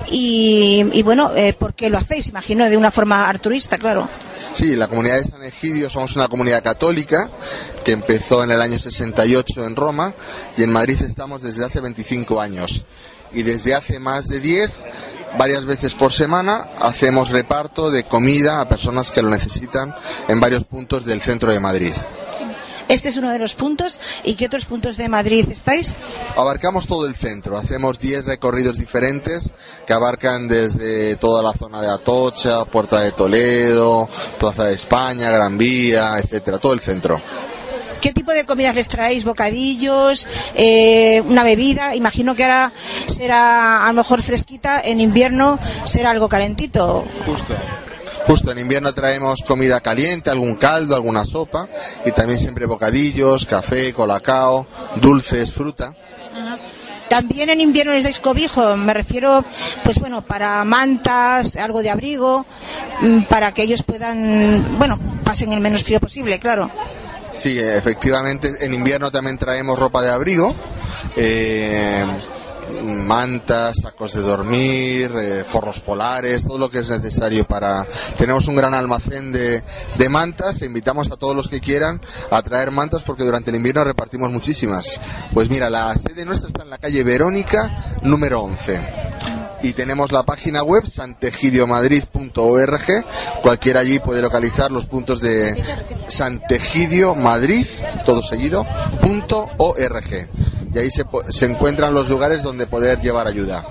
y, y bueno, eh, por qué lo hacéis, imagino, de una forma altruista, claro. Sí, la comunidad de San Egidio somos una comunidad católica que empezó en el año sesenta y ocho en Roma, y en Madrid estamos desde hace veinticinco años. Y desde hace más de diez, varias veces por semana, hacemos reparto de comida a personas que lo necesitan en varios puntos del centro de Madrid. Este es uno de los puntos. ¿Y qué otros puntos de Madrid estáis? Abarcamos todo el centro. Hacemos diez recorridos diferentes que abarcan desde toda la zona de Atocha, Puerta de Toledo, Plaza de España, Gran Vía, etcétera, todo el centro. ¿Qué tipo de comidas les traéis? ¿Bocadillos? Eh, ¿Una bebida? Imagino que ahora será a lo mejor fresquita, en invierno será algo calentito. Justo. Justo, en invierno traemos comida caliente, algún caldo, alguna sopa, y también siempre bocadillos, café, colacao, dulces, fruta. También en invierno les dais cobijo, me refiero, pues bueno, para mantas, algo de abrigo, para que ellos puedan, bueno, pasen el menos frío posible, claro. Sí, efectivamente, en invierno también traemos ropa de abrigo, eh, mantas, sacos de dormir, eh, forros polares, todo lo que es necesario para... Tenemos un gran almacén de, de mantas e invitamos a todos los que quieran a traer mantas porque durante el invierno repartimos muchísimas. Pues mira, la sede nuestra está en la calle Verónica, número once. Y tenemos la página web santegidio-madrid punto org. Cualquiera allí puede localizar los puntos de Santegidio-Madrid, todo seguido, punto org. Y ahí se, se encuentran los lugares donde poder llevar ayuda.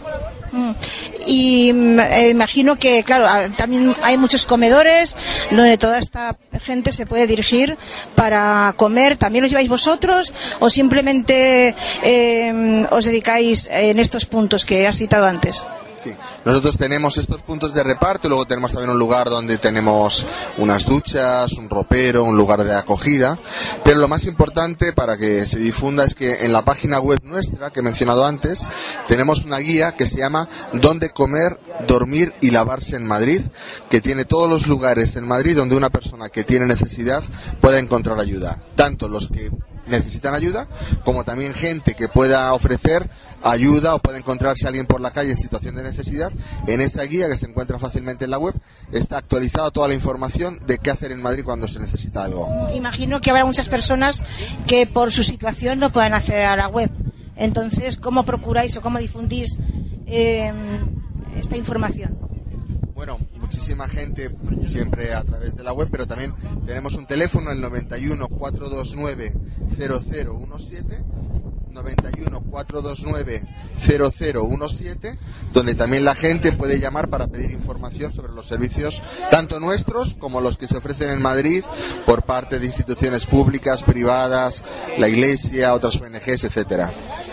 Y eh, imagino que, claro, también hay muchos comedores donde toda esta gente se puede dirigir para comer. ¿También los lleváis vosotros o simplemente eh, os dedicáis en estos puntos que has citado antes? Sí. Nosotros tenemos estos puntos de reparto, luego tenemos también un lugar donde tenemos unas duchas, un ropero, un lugar de acogida, pero lo más importante para que se difunda es que en la página web nuestra, que he mencionado antes, tenemos una guía que se llama Dónde comer, dormir y lavarse en Madrid, que tiene todos los lugares en Madrid donde una persona que tiene necesidad pueda encontrar ayuda, tanto los que necesitan ayuda, como también gente que pueda ofrecer ayuda o pueda encontrarse alguien por la calle en situación de necesidad. En esta guía, que se encuentra fácilmente en la web, está actualizada toda la información de qué hacer en Madrid cuando se necesita algo. Imagino que habrá muchas personas que por su situación no puedan acceder a la web. Entonces, ¿cómo procuráis o cómo difundís eh, esta información? Bueno, muchísima gente siempre a través de la web, pero también tenemos un teléfono, el noventa y uno, cuatrocientos veintinueve, cero cero diecisiete, noventa y uno, cuatrocientos veintinueve, cero cero diecisiete, donde también la gente puede llamar para pedir información sobre los servicios, tanto nuestros como los que se ofrecen en Madrid por parte de instituciones públicas, privadas, la Iglesia, otras O N Ges, etcétera.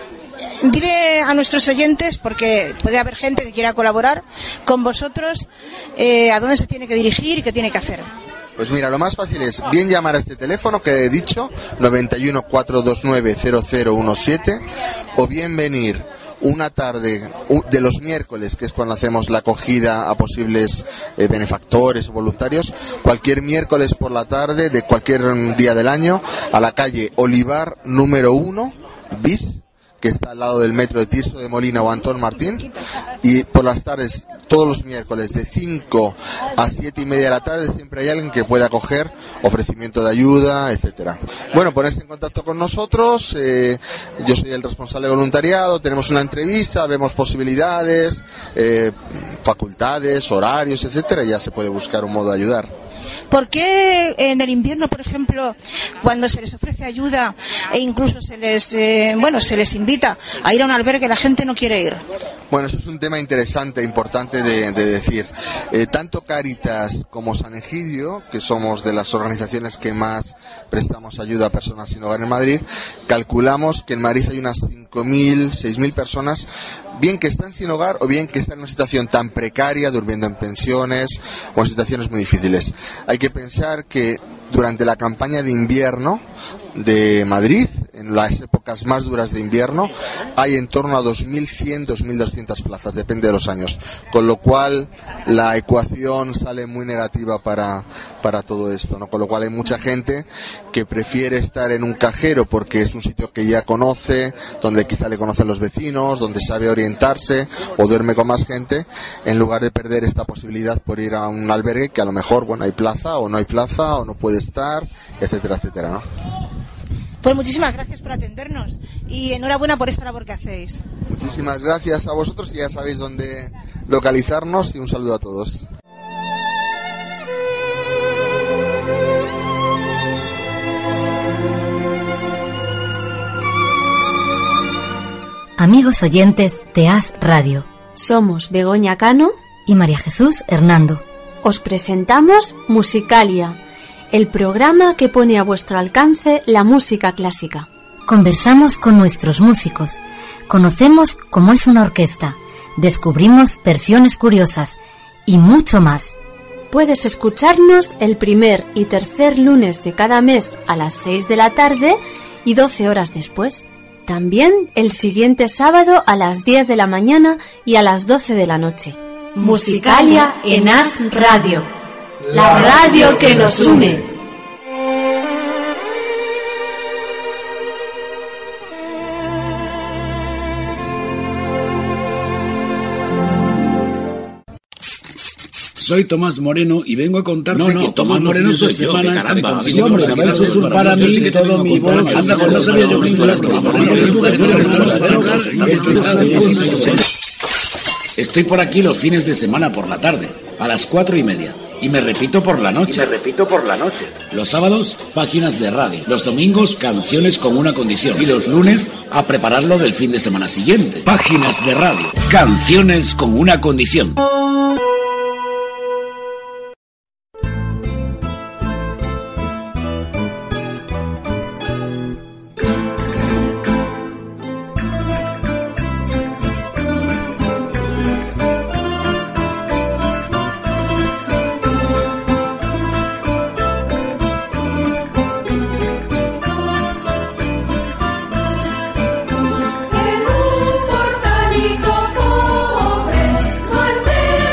Dile a nuestros oyentes, porque puede haber gente que quiera colaborar con vosotros, eh, a dónde se tiene que dirigir y qué tiene que hacer. Pues mira, lo más fácil es bien llamar a este teléfono que he dicho, noventa y uno, cuatrocientos veintinueve, cero cero diecisiete, o bien venir una tarde de los miércoles, que es cuando hacemos la acogida a posibles eh, benefactores o voluntarios, cualquier miércoles por la tarde de cualquier día del año, a la calle Olivar número uno, bis, que está al lado del metro de Tirso de Molina o Antón Martín, y por las tardes, todos los miércoles, de cinco a siete y media de la tarde, siempre hay alguien que pueda acoger ofrecimiento de ayuda, etcétera. Bueno, ponerse en contacto con nosotros, eh, yo soy el responsable de voluntariado, tenemos una entrevista, vemos posibilidades, eh, facultades, horarios, etcétera, y ya se puede buscar un modo de ayudar. ¿Por qué en el invierno, por ejemplo, cuando se les ofrece ayuda e incluso se les, eh, bueno, se les invita a ir a un albergue, la gente no quiere ir? Bueno, eso es un tema interesante, importante de, de decir. Eh, tanto Cáritas como San Egidio, que somos de las organizaciones que más prestamos ayuda a personas sin hogar en Madrid, calculamos que en Madrid hay unas cinco mil, seis mil personas, bien que están sin hogar o bien que están en una situación tan precaria, durmiendo en pensiones o en situaciones muy difíciles. Hay que pensar que durante la campaña de invierno de Madrid, en las épocas más duras de invierno, hay en torno a dos mil cien, dos mil doscientas plazas, depende de los años, con lo cual la ecuación sale muy negativa para, para todo esto, ¿no? Con lo cual hay mucha gente que prefiere estar en un cajero porque es un sitio que ya conoce, donde quizá le conocen los vecinos, donde sabe orientarse o duerme con más gente, en lugar de perder esta posibilidad por ir a un albergue que a lo mejor, bueno, hay plaza o no hay plaza o no puede estar, etcétera, etcétera, ¿no? Pues muchísimas gracias por atendernos y enhorabuena por esta labor que hacéis. Muchísimas gracias a vosotros y ya sabéis dónde localizarnos, y un saludo a todos. Amigos oyentes de As Radio, somos Begoña Cano y María Jesús Hernando. Os presentamos Musicalia, el programa que pone a vuestro alcance la música clásica. Conversamos con nuestros músicos, conocemos cómo es una orquesta, descubrimos versiones curiosas y mucho más. Puedes escucharnos el primer y tercer lunes de cada mes a las seis de la tarde y doce horas después. También el siguiente sábado a las diez de la mañana y a las doce de la noche. Musicalia en As Radio, la radio que nos une. Soy Tomás Moreno y vengo a contarte no, no, que Tomás Moreno soy yo, semana que caramba, sí, hombre, eso es un para mí que todo mi voz, anda, pues no sabía yo que Estoy por aquí los fines de semana por la tarde, a las cuatro y media. Y me repito por la noche. Y me repito por la noche. Los sábados, páginas de radio. Los domingos, canciones con una condición. Y los lunes, a prepararlo del fin de semana siguiente. Páginas de radio. Canciones con una condición. En un portálico pobre, muerte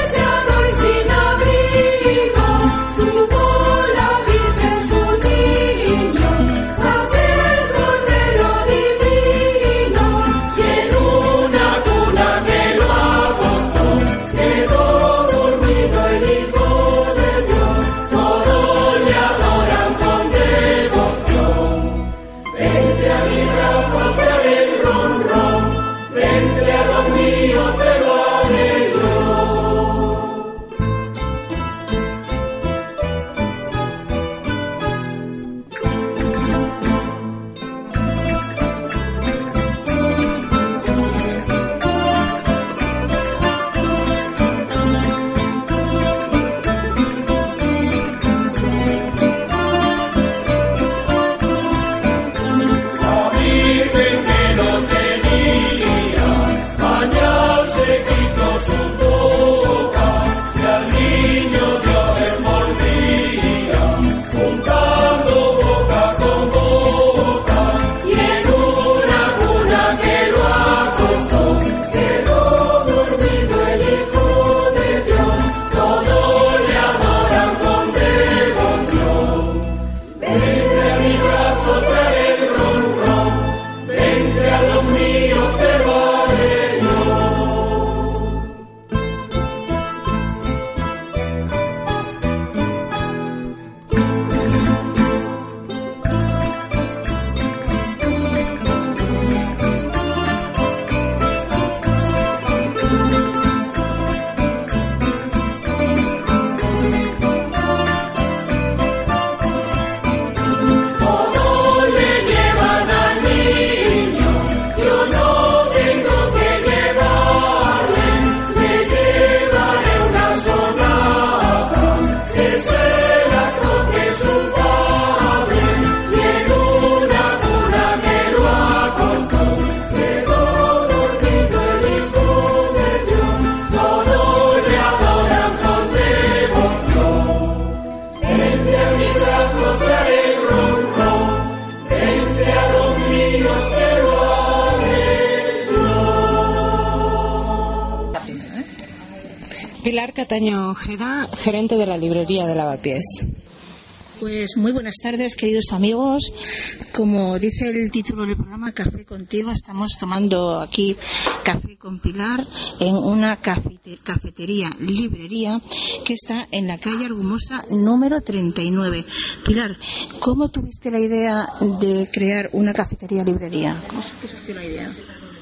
Pilar Cataño Ojeda, gerente de la librería de Lavapiés. Pues muy buenas tardes, queridos amigos. Como dice el título del programa, Café Contigo, estamos tomando aquí café con Pilar en una cafete- cafetería, librería, que está en la calle Argumosa número treinta y nueve. Pilar, ¿cómo tuviste la idea de crear una cafetería, librería? ¿Cómo surgió la idea?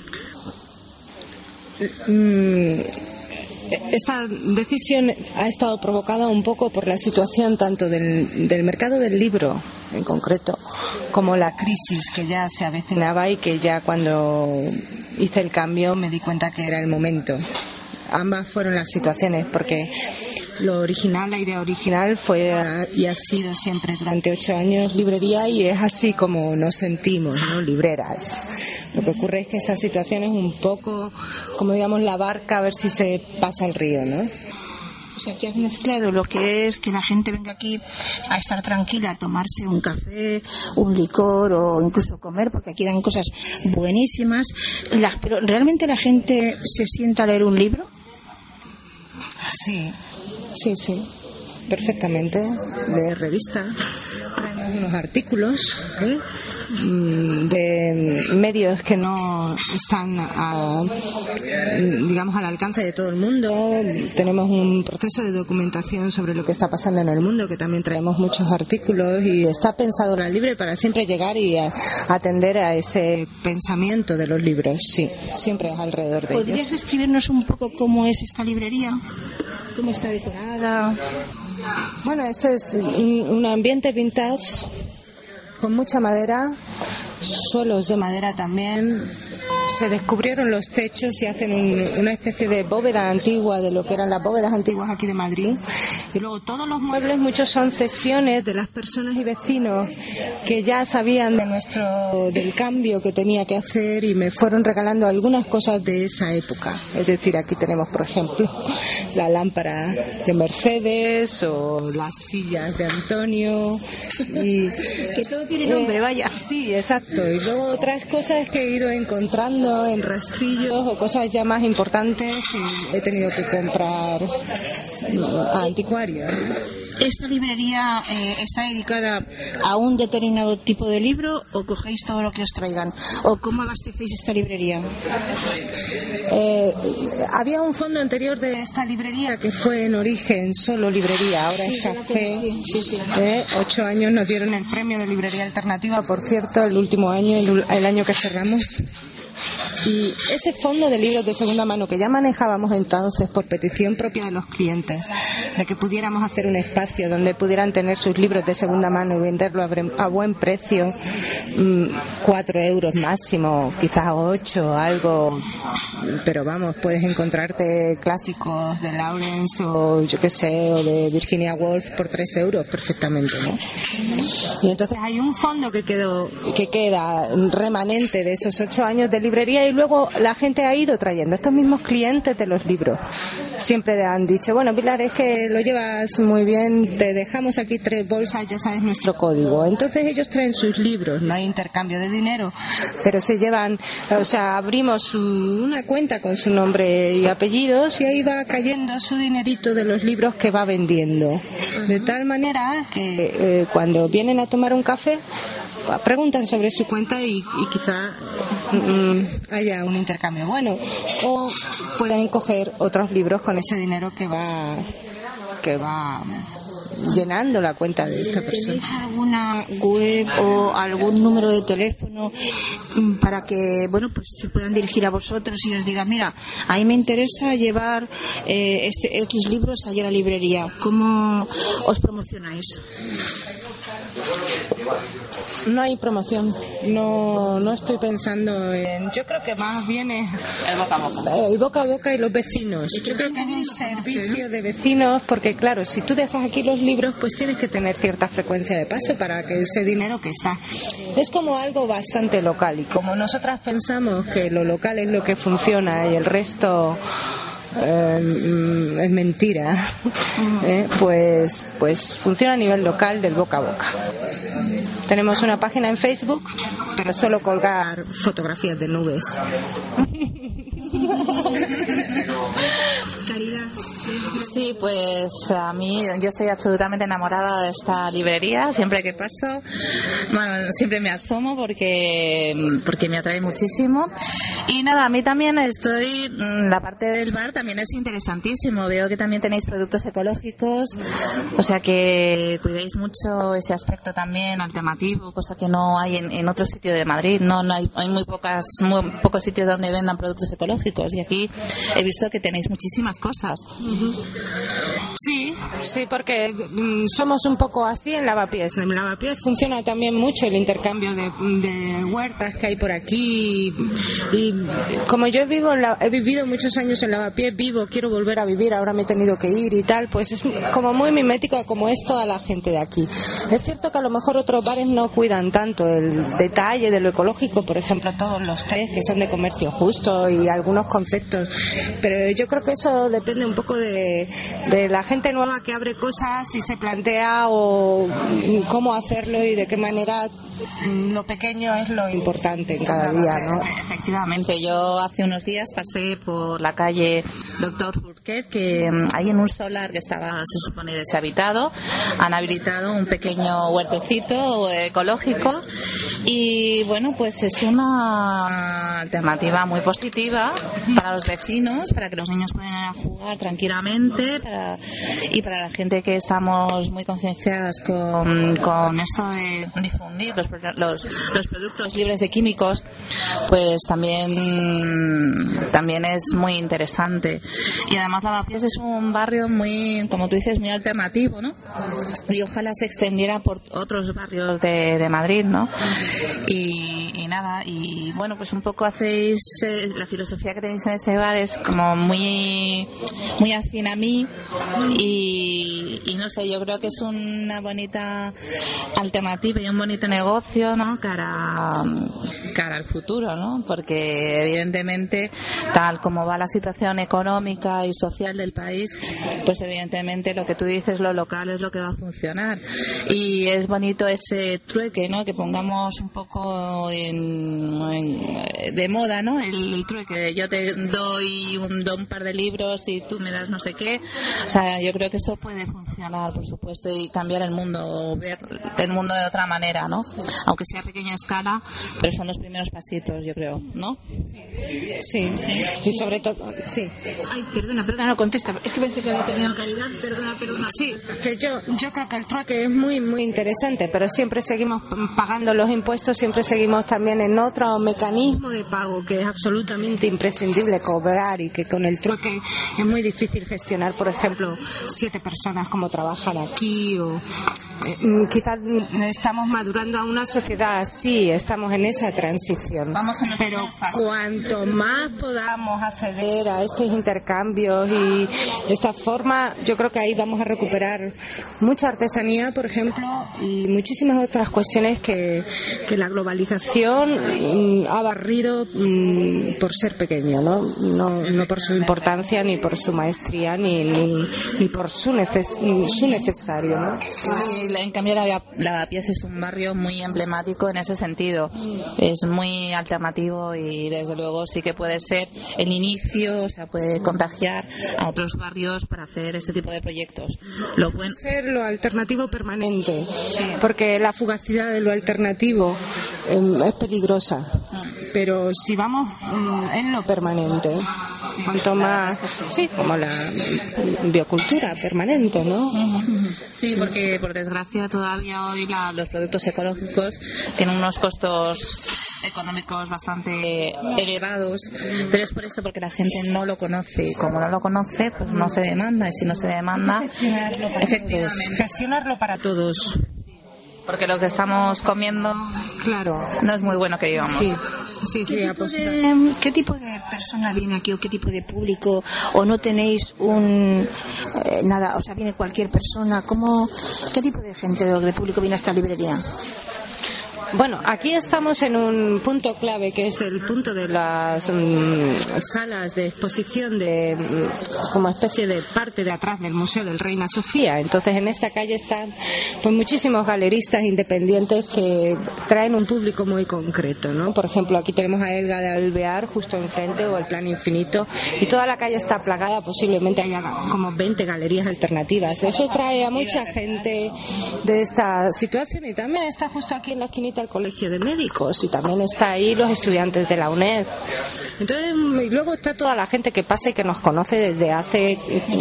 Mm. Esta decisión ha estado provocada un poco por la situación tanto del, del mercado del libro en concreto como la crisis que ya se avecinaba y que ya cuando hice el cambio me di cuenta que era el momento. Ambas fueron las situaciones porque lo original, la idea original fue y ha sido siempre durante ocho años librería y es así como nos sentimos, ¿no? Libreras. Lo que ocurre es que esta situación es un poco como digamos la barca a ver si se pasa el río, ¿no? O sea, que has mezclado lo que es que la gente venga aquí a estar tranquila, a tomarse un café, un licor o incluso comer, porque aquí dan cosas buenísimas. La, pero ¿realmente la gente se sienta a leer un libro? Sí, sí, sí, perfectamente. De revista, traemos unos artículos, ¿eh? de medios que no están a, digamos al alcance de todo el mundo. Tenemos un proceso de documentación sobre lo que está pasando en el mundo, que también traemos muchos artículos y está pensado la libre para siempre llegar y a, atender a ese pensamiento de los libros. Sí, siempre es alrededor de ellos. ¿Podrías describirnos un poco cómo es esta librería? ¿Cómo está decorada? Bueno, esto es un, un ambiente vintage con mucha madera, suelos de madera también. Se descubrieron los techos y hacen un, una especie de bóveda antigua de lo que eran las bóvedas antiguas aquí de Madrid. Y luego todos los muebles, muchos son cesiones de las personas y vecinos que ya sabían de nuestro del cambio que tenía que hacer y me fueron regalando algunas cosas de esa época. Es decir, aquí tenemos, por ejemplo, la lámpara de Mercedes o las sillas de Antonio. Y, que todo tiene nombre, eh, vaya. Sí, exacto. Y luego otras cosas que he ido encontrando en rastrillos o cosas ya más importantes y he tenido que comprar a anticuarios. ¿Esta librería eh, está dedicada a un determinado tipo de libro o cogéis todo lo que os traigan? ¿O cómo abastecéis esta librería? Eh, había un fondo anterior de esta librería que fue en origen solo librería, ahora es café. Sí, sí. Eh, ocho años nos dieron el premio de librería alternativa, por cierto, el último año, el, el año que cerramos. Y ese fondo de libros de segunda mano que ya manejábamos entonces por petición propia de los clientes, de que pudiéramos hacer un espacio donde pudieran tener sus libros de segunda mano y venderlo a, bre- a buen precio, mmm, cuatro euros máximo, quizás ocho, algo, pero vamos, puedes encontrarte clásicos de Lawrence o yo qué sé, o de Virginia Woolf por tres euros perfectamente, ¿no? Y entonces hay un fondo que quedó, que queda remanente de esos ocho años de librería y luego la gente ha ido trayendo estos mismos clientes de los libros. Siempre han dicho, bueno, Pilar, es que lo llevas muy bien, te dejamos aquí tres bolsas, ya sabes nuestro código. Entonces ellos traen sus libros, no hay intercambio de dinero, pero se llevan, o sea, abrimos su, una cuenta con su nombre y apellidos y ahí va cayendo su dinerito de los libros que va vendiendo. De tal manera que eh, cuando vienen a tomar un café, preguntan sobre su cuenta y, y quizá mm, haya un intercambio bueno o puedan coger otros libros con ese dinero que va que va llenando la cuenta de esta persona. ¿Tenéis alguna web o algún número de teléfono para que, bueno, pues se puedan dirigir a vosotros y os digan, mira, a mí me interesa llevar eh, este X libros allá a la librería? ¿Cómo os promocionáis? No hay promoción, no no estoy pensando en, yo creo que más bien es el boca a boca, el boca a boca y los vecinos. Yo creo que es un servicio de vecinos porque claro, si tú dejas aquí los libros pues tienes que tener cierta frecuencia de paso para que ese dinero que está, es como algo bastante local y como nosotras pensamos que lo local es lo que funciona y el resto Eh, es mentira, eh, pues pues funciona a nivel local del boca a boca. Tenemos una página en Facebook, pero solo colgar fotografías de nubes. Caridad. Sí, pues a mí, yo estoy absolutamente enamorada de esta librería. Siempre que paso, bueno, siempre me asomo porque, porque me atrae muchísimo. Y nada, a mí también estoy, la parte del bar también es interesantísimo. Veo que también tenéis productos ecológicos, o sea que cuidéis mucho ese aspecto también alternativo, cosa que no hay en, en otro sitio de Madrid. No, no hay, hay muy pocas, muy pocos sitios donde vendan productos ecológicos, y aquí he visto que tenéis muchísimas cosas. Sí, sí, porque mm, somos un poco así en Lavapiés. En Lavapiés funciona también mucho el intercambio de, de huertas que hay por aquí. Y, y como yo vivo en la, he vivido muchos años en Lavapiés, vivo, quiero volver a vivir, ahora me he tenido que ir y tal, pues es como muy mimético como es toda la gente de aquí. Es cierto que a lo mejor otros bares no cuidan tanto el detalle de lo ecológico, por ejemplo, todos los tés que son de comercio justo y algunos conceptos, pero yo creo que eso depende un poco de, de la gente nueva que abre cosas y se plantea o cómo hacerlo y de qué manera. Lo pequeño es lo importante en cada día, ¿no? Efectivamente, yo hace unos días pasé por la calle Doctor Fourquet, que hay en un solar que estaba, se supone, deshabitado, han habilitado un pequeño huertecito ecológico y bueno, pues es una alternativa muy positiva para los vecinos, para que los niños puedan ir a jugar tranquilamente, para, y para la gente que estamos muy concienciadas con, con esto de difundir los Los, los productos libres de químicos, pues también también es muy interesante. Y además Lavapiés es un barrio muy, como tú dices, muy alternativo, ¿no? Y ojalá se extendiera por otros barrios de, de Madrid, ¿no? Y, y nada, y bueno, pues un poco hacéis, eh, la filosofía que tenéis en ese bar es como muy muy afín a mí y, y no sé, yo creo que es una bonita alternativa y un bonito negocio, ¿no? cara cara al futuro, ¿no? Porque evidentemente tal como va la situación económica y social del país, pues evidentemente lo que tú dices, lo local es lo que va a funcionar, y es bonito ese trueque, ¿no? Que pongamos un poco en, en, de moda, ¿no? El, el trueque, yo te doy un, doy un par de libros y tú me das no sé qué. O sea, yo creo que eso puede funcionar, por supuesto, y cambiar el mundo, ver el mundo de otra manera, ¿no? Aunque sea a pequeña escala, pero son los primeros pasitos, yo creo, ¿no? Sí, y sobre todo, sí. Ay, perdona, perdona, no contesta. Es que pensé que había tenido Caridad, perdona, perdona. Sí, que yo, yo creo que el trueque es muy, muy interesante, pero siempre seguimos pagando los impuestos, siempre seguimos también en otro mecanismo de pago que es absolutamente imprescindible cobrar, y que con el trueque es muy difícil gestionar, por ejemplo, siete personas como trabajan aquí, o eh, quizás estamos madurando a una sociedad así, estamos en esa transición. Vamos en pero cuanto más podamos acceder a estos intercambios y de esta forma, yo creo que ahí vamos a recuperar mucha artesanía, por ejemplo, y muchísimas otras cuestiones que, que la globalización mm, ha barrido mm, por ser pequeño, ¿no? No, no por su importancia, ni por su maestría, ni, ni, ni por su, neces su necesario, ¿no? En cambio, Lavapiés es un barrio muy emblemático en ese sentido. Es muy alternativo y desde luego sí que puede ser el inicio, o sea, puede contagiar a otros barrios para hacer ese tipo de proyectos. Lo bueno, hacer lo alternativo permanente, sí. Porque la fugacidad de lo alternativo eh, es peligrosa, pero si vamos eh, en lo permanente, cuanto más, sí, como la biocultura permanente, ¿no? Sí, porque por desgracia todavía hoy la, los productos ecológicos tienen unos costos económicos bastante elevados, pero es por eso, porque la gente no lo conoce, y como no lo conoce, pues no se demanda, y si no se demanda, gestionarlo para todos, gestionarlo para todos, porque lo que estamos comiendo, claro, no es muy bueno, que digamos. Sí. Sí, ¿Qué, sí, tipo de, ¿Qué tipo de persona viene aquí, o qué tipo de público, o no tenéis un eh, nada, o sea, viene cualquier persona? ¿Cómo, qué tipo de gente o de público viene a esta librería? Bueno, aquí estamos en un punto clave que es el punto de las um, salas de exposición de um, como especie de parte de atrás del Museo del Reina Sofía. Entonces en esta calle están pues muchísimos galeristas independientes que traen un público muy concreto, ¿no? Por ejemplo, aquí tenemos a Elga de Alvear justo enfrente, o el Plan Infinito, y toda la calle está plagada, posiblemente haya como veinte galerías alternativas. Eso trae a mucha gente de esta situación, y también está justo aquí en la esquinita el Colegio de Médicos, y también está ahí los estudiantes de la UNED. Entonces, y luego está toda la gente que pasa y que nos conoce desde hace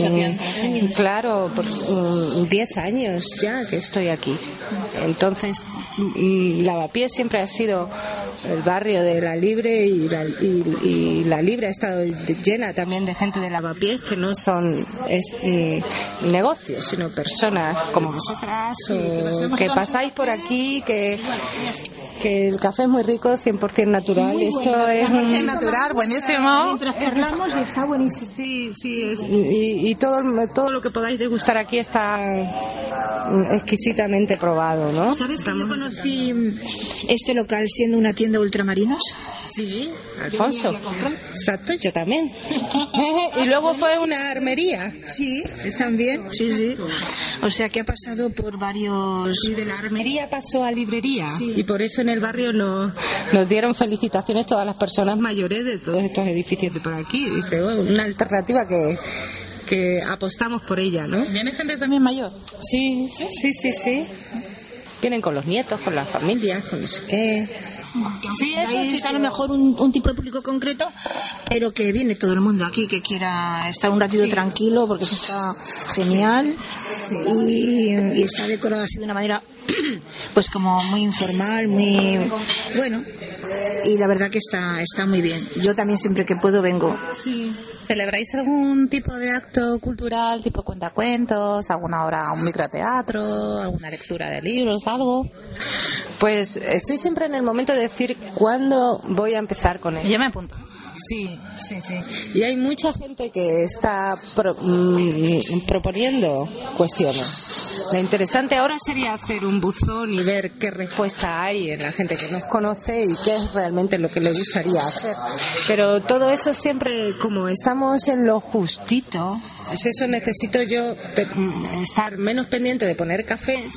um, claro, por um, diez años ya que estoy aquí. Entonces, um, Lavapiés siempre ha sido el barrio de la Libre, y la, y, y la Libre ha estado llena también de gente de Lavapiés que no son es, um, negocios, sino personas como vosotras, o que pasáis por aquí, que que el café es muy rico, cien por ciento natural. Muy Esto bueno, es un... natural, buenísimo. Mientras charlamos está buenísimo. Sí, sí, es, y, y todo, todo lo que podáis degustar aquí está exquisitamente probado, ¿no? ¿Sabes que yo conocí este local siendo una tienda de ultramarinos? Sí, Alfonso. Exacto, yo también. Y luego fue una armería. Sí, también, sí, sí. O sea que ha pasado por varios... Y de la armería pasó a librería. Sí. Y por eso en el barrio nos, nos dieron felicitaciones todas las personas mayores de todos estos edificios de por aquí. Dice, oh, una alternativa que... que apostamos por ella, ¿no? ¿Viene gente también mayor? Sí, sí, sí, sí. Vienen con los nietos, con las familias, con no sé qué. Sí, eso sí, a lo mejor un, un tipo de público concreto, pero que viene todo el mundo aquí, que quiera estar un ratito sí. tranquilo, porque eso está genial, y, y está decorado así de una manera pues como muy informal, muy bueno, y la verdad que está está muy bien. Yo también siempre que puedo vengo. Sí. ¿Celebráis algún tipo de acto cultural, tipo cuentacuentos, alguna obra, un microteatro, alguna lectura de libros, algo? Pues estoy siempre en el momento de decir cuándo voy a empezar con eso. Yo me apunto. Sí, sí, sí. Y hay mucha gente que está pro, mmm, proponiendo cuestiones. Lo interesante ahora sería hacer un buzón y ver qué respuesta hay en la gente que nos conoce y qué es realmente lo que le gustaría hacer. Pero todo eso siempre, como estamos en lo justito, pues eso necesito yo estar menos pendiente de poner cafés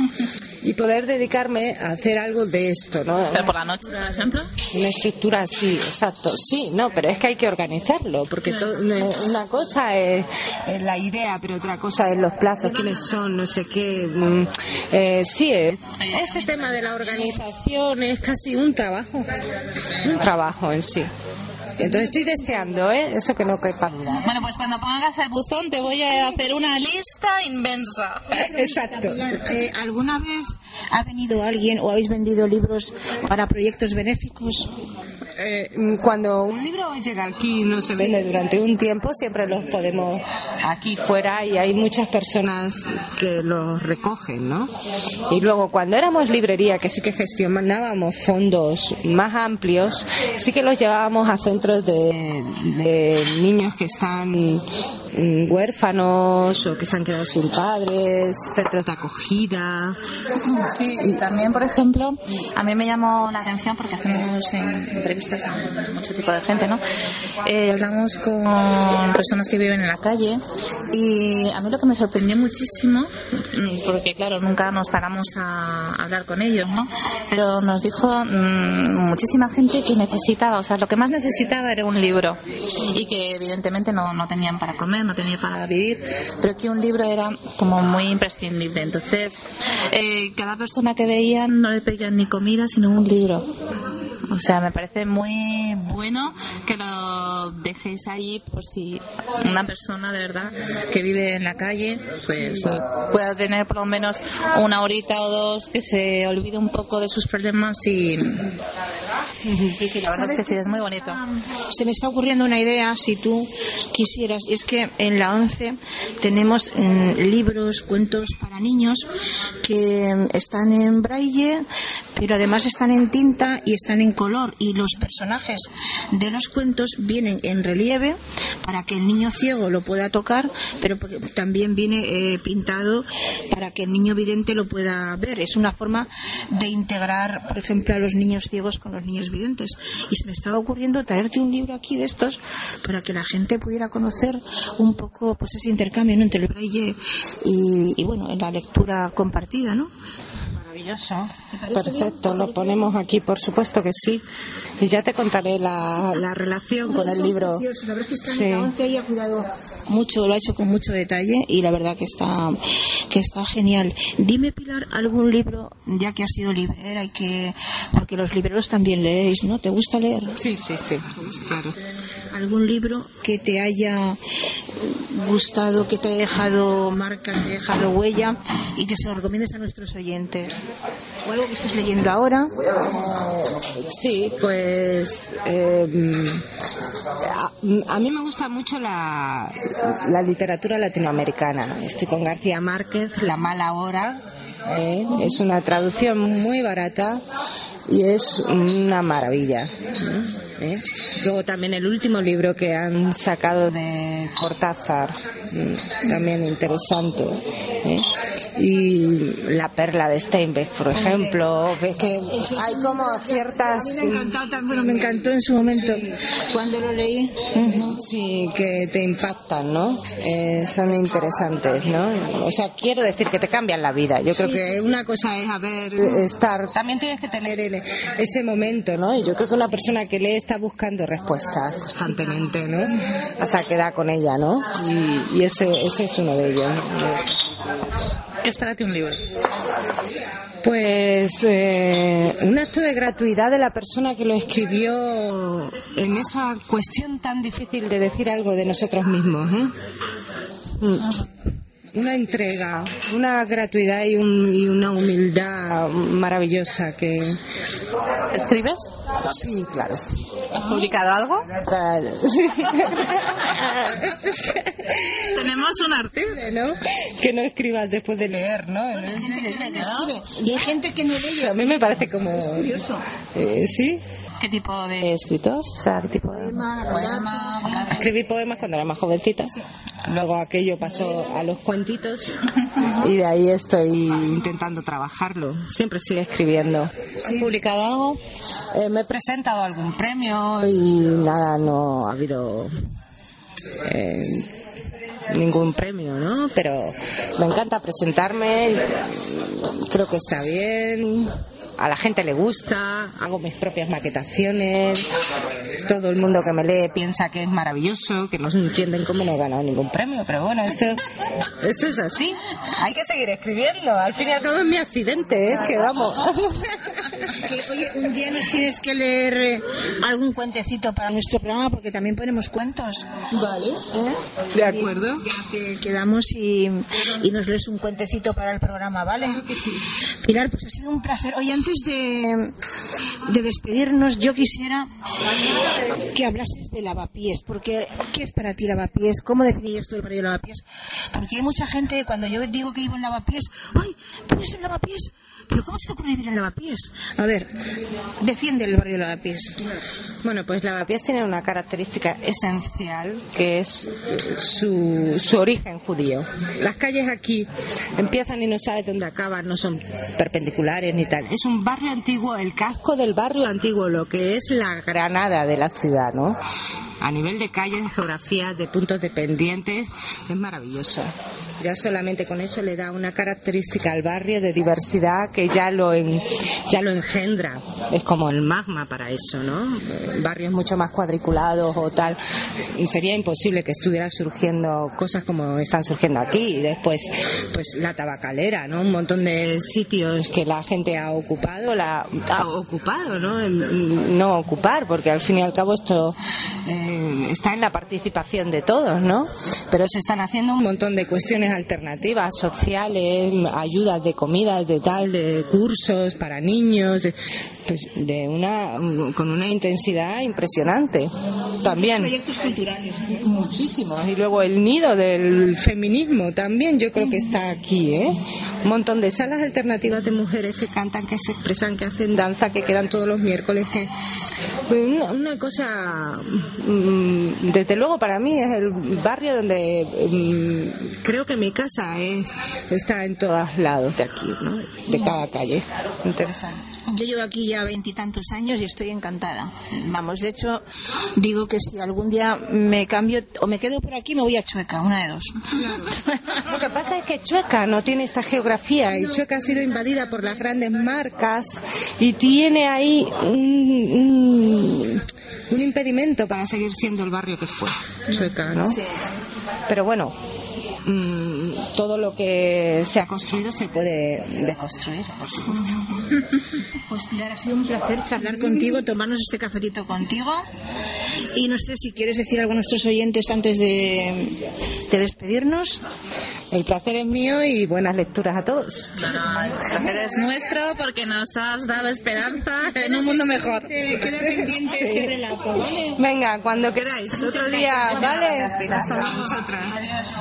y poder dedicarme a hacer algo de esto, ¿no? ¿Pero por la noche, por ejemplo? Una estructura así, exacto. Sí, no, pero es que hay que organizarlo, porque to, una cosa es, es la idea, pero otra cosa es los plazos, quiénes son, no sé qué. Eh, sí, este tema de la organización es casi un trabajo, un trabajo en sí. Entonces estoy deseando, ¿eh? Eso que no quepa duda. Bueno, pues cuando pongas el buzón te voy a hacer una lista inmensa. Exacto. Eh, ¿Alguna vez ha venido alguien o habéis vendido libros para proyectos benéficos? Eh, cuando un libro llega aquí y no se vende durante un tiempo, siempre los podemos aquí fuera y hay muchas personas que los recogen, ¿no? Y luego cuando éramos librería, que sí que gestionábamos fondos más amplios, sí que los llevábamos a centros de, de niños que están huérfanos o que se han quedado sin padres, centros de acogida. Sí, y también, por ejemplo, a mí me llamó la atención porque hacemos entrevistas a mucho tipo de gente, ¿no? Eh, hablamos con personas que viven en la calle y a mí lo que me sorprendió muchísimo, porque claro, nunca nos paramos a hablar con ellos, ¿no? Pero nos dijo mmm, muchísima gente que necesitaba, o sea, lo que más necesitaba era un libro y que evidentemente no, no tenían para comer, no tenían para vivir, pero que un libro era como muy imprescindible. Entonces, eh, cada persona que veían no le pedían ni comida, sino un libro. O sea, me parece muy bueno que lo dejéis ahí por si una persona de verdad que vive en la calle pues pueda tener por lo menos una horita o dos que se olvide un poco de sus problemas y, Sí, sí, la verdad es que sí, es muy bonito. Se me está ocurriendo una idea, si tú quisieras, y es que en la ONCE tenemos mm, libros, cuentos para niños que están en braille, pero además están en tinta y están en color, y los personajes de los cuentos vienen en relieve para que el niño ciego lo pueda tocar, pero también viene eh, pintado para que el niño vidente lo pueda ver. Es una forma de integrar, por ejemplo, a los niños ciegos con los niños videntes. Y se me estaba ocurriendo traerte un libro aquí de estos para que la gente pudiera conocer un poco pues ese intercambio, ¿no?, entre el braille y, y bueno, la lectura compartida, ¿no? Maravilloso, perfecto, lo ponemos aquí, por supuesto que sí, y ya te contaré la, la relación con el libro. La verdad es que está en la ONCE y ha cuidado mucho, lo ha hecho con mucho detalle y la verdad que está que está genial. Dime, Pilar, algún libro, ya que has sido librera y que, porque los libreros también leéis, ¿no? ¿Te gusta leer? Sí, sí, sí, claro. ¿Algún libro que te haya gustado, que te haya dejado marca, que te haya dejado huella y que se lo recomiendes a nuestros oyentes? ¿O algo que estés leyendo ahora? Sí, pues eh, a, a mí me gusta mucho la, la literatura latinoamericana. Estoy con García Márquez, La mala hora. Eh, es una traducción muy barata y es una maravilla. ¿Eh? Luego también el último libro que han sacado de Cortázar, también interesante. ¿Eh? Y La perla de Steinbeck, por ejemplo. Es que hay como ciertas... Me encantó, bueno, me encantó en su momento cuando lo leí. Sí, que te impactan, ¿no? Eh, son interesantes, ¿no? O sea, quiero decir que te cambian la vida. Yo creo que una cosa es, a ver, estar... También tienes que tener el, ese momento, ¿no? Y yo creo que una persona que lee está buscando respuestas constantemente, ¿no? Hasta que da con ella, ¿no? Y, y ese, ese es uno de ellos. ¿Qué es para ti un libro? Pues eh, un acto de gratuidad de la persona que lo escribió en esa cuestión tan difícil de decir algo de nosotros mismos, ¿eh? Mm. Una entrega, una gratuidad y, un, y una humildad maravillosa que... ¿Escribes? Sí, claro. ¿Has publicado algo? Tenemos un artista, ¿no? Que no escribas después de leer, ¿no? Y hay gente que no lee. A mí me parece como... Eh, ¿Sí? ¿Qué tipo de escritos? O sea, ¿qué tipo de poema? Escribí poemas cuando era más jovencita. Luego aquello pasó a los cuentitos y de ahí estoy intentando trabajarlo. Siempre estoy escribiendo. ¿Has publicado algo? Eh, me he presentado a algún premio y nada, no ha habido eh, ningún premio, ¿no? Pero me encanta presentarme, creo que está bien. A la gente le gusta, hago mis propias maquetaciones, todo el mundo que me lee piensa que es maravilloso, que no entienden cómo no he ganado ningún premio, pero bueno, esto, esto es así, hay que seguir escribiendo, al fin y al cabo es mi accidente, ¿eh? Que vamos. Que, oye, un día nos tienes que leer eh, algún cuentecito para nuestro programa, porque también ponemos cuentos. Vale. ¿Eh? De acuerdo. Ya te quedamos y, y nos lees un cuentecito para el programa, ¿vale? Claro que sí. Pilar, pues ha sido un placer. Oye, antes de, de despedirnos, yo quisiera que hablases de Lavapiés, porque ¿qué es para ti Lavapiés? ¿Cómo definirías tú el barrio de Lavapiés? Porque hay mucha gente, cuando yo digo que vivo en Lavapiés, ¡ay, vives en Lavapiés! ¿Pero cómo se te ocurre vivir en Lavapiés? A ver, defiende el barrio de Lavapiés. Bueno, pues Lavapiés tiene una característica esencial, que es su, su origen judío. Las calles aquí empiezan y no sabes dónde acaban, no son perpendiculares ni tal. Es un barrio antiguo, el casco del barrio antiguo, lo que es la Granada de la ciudad, ¿no? A nivel de calles, de geografía, de puntos de pendientes, es maravilloso. Ya solamente con eso le da una característica al barrio de diversidad que ya lo en, ya lo engendra. Es como el magma para eso, ¿no? Barrios mucho más cuadriculados o tal. Y sería imposible que estuviera surgiendo cosas como están surgiendo aquí. Y después, pues la tabacalera, ¿no? Un montón de sitios que la gente ha ocupado, la ha ocupado, ¿no? No ocupar, porque al fin y al cabo esto eh, está en la participación de todos, ¿no? Pero se están haciendo un montón de cuestiones alternativas sociales, ayudas de comidas, de tal, de cursos para niños, de, pues de una con una intensidad impresionante. También proyectos culturales, muchísimos. Y luego el nido del feminismo también, yo creo que está aquí, ¿eh? Un montón de salas alternativas de mujeres que cantan, que se expresan, que hacen danza, que quedan todos los miércoles, que pues una, una cosa, mmm, desde luego para mí es el barrio donde mmm, creo que mi casa es está en todos lados de aquí, ¿no? De cada calle. Interesante. Yo llevo aquí ya veintitantos años y estoy encantada. Vamos, de hecho, digo que si algún día me cambio o me quedo por aquí, me voy a Chueca, una de dos. Claro. Lo que pasa es que Chueca no tiene esta geografía y Chueca ha sido invadida por las grandes marcas y tiene ahí un, un, un impedimento para seguir siendo el barrio que fue Chueca, ¿no? Pero bueno, mmm, todo lo que se ha construido se puede deconstruir, por supuesto. Pues Pilar, ha sido un placer charlar contigo, tomarnos este cafetito contigo. Y no sé si quieres decir algo a nuestros oyentes antes de, de despedirnos. El placer es mío y buenas lecturas a todos. El placer es nuestro porque nos has dado esperanza en un mundo mejor. Queda pendiente Sí. ese relato, ¿vale? Venga, cuando queráis, otro día, ¿vale? Hasta vosotras.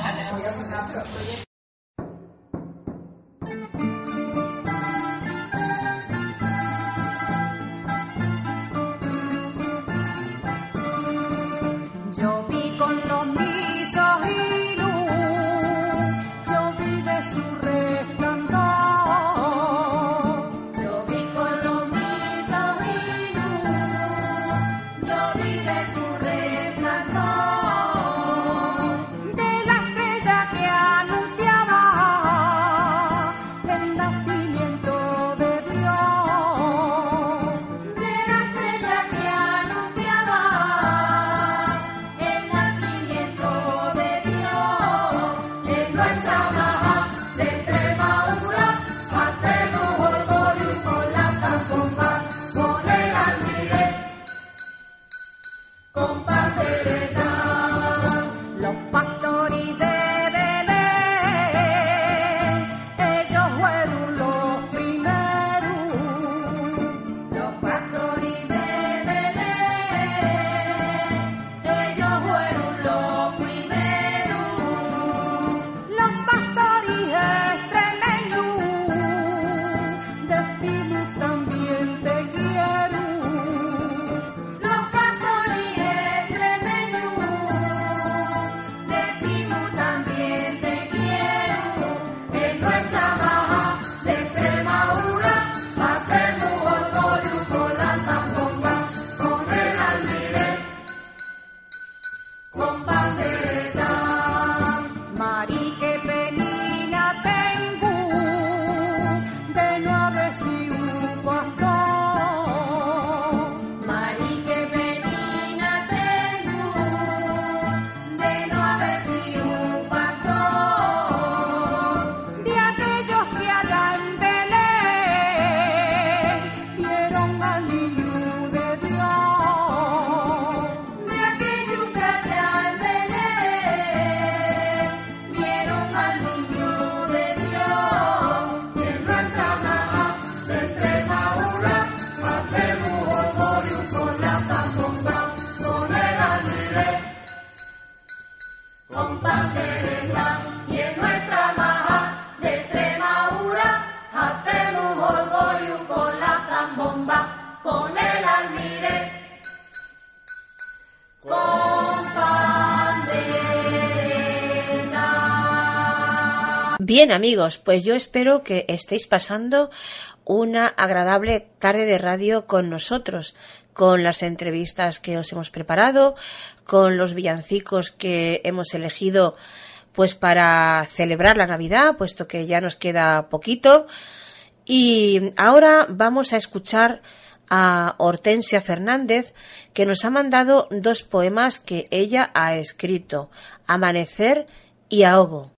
Yo vi con los mis ojitos, yo vi de su resplandor. Yo vi con los mis ojitos, yo vi de su resplandor. De la estrella que anunciaba el nacimiento de Dios. De la estrella que anunciaba el nacimiento de Dios. En nuestra maja de Extremadura hacemos orgullo con la zambomba, con el almire, con pandereta. Los pastores de Belén, ellos fueron los primeros. Los pastores de Belén, ellos fueron los primeros. Los pastores extremeños, decimos también te quiero. Los pastores extremeños, decimos también te quiero. En nuestra baja de Extremadura hacemos orgullo con la zambomba, con el almire, con pandereta. Mari, qué penina tengo de no haber sido pastor. Mari, qué penina tengo de no haber sido pastor. De aquellos que allá en Belén vieron al niño de Dios. De aquellos que allá en Belén vieron al niño de Dios. Y en nuestra maja de Extremadura hacemos orgullo con la zambomba, con el almire, con pandereta. Y en nuestra maja de Extremadura hacemos orgullo con la zambomba, con el almire, con pandereta. Bien, amigos, pues yo espero que estéis pasando una agradable tarde de radio con nosotros, con las entrevistas que os hemos preparado, con los villancicos que hemos elegido pues para celebrar la Navidad, puesto que ya nos queda poquito. Y ahora vamos a escuchar a Hortensia Fernández, que nos ha mandado dos poemas que ella ha escrito, Amanecer y Ahogo.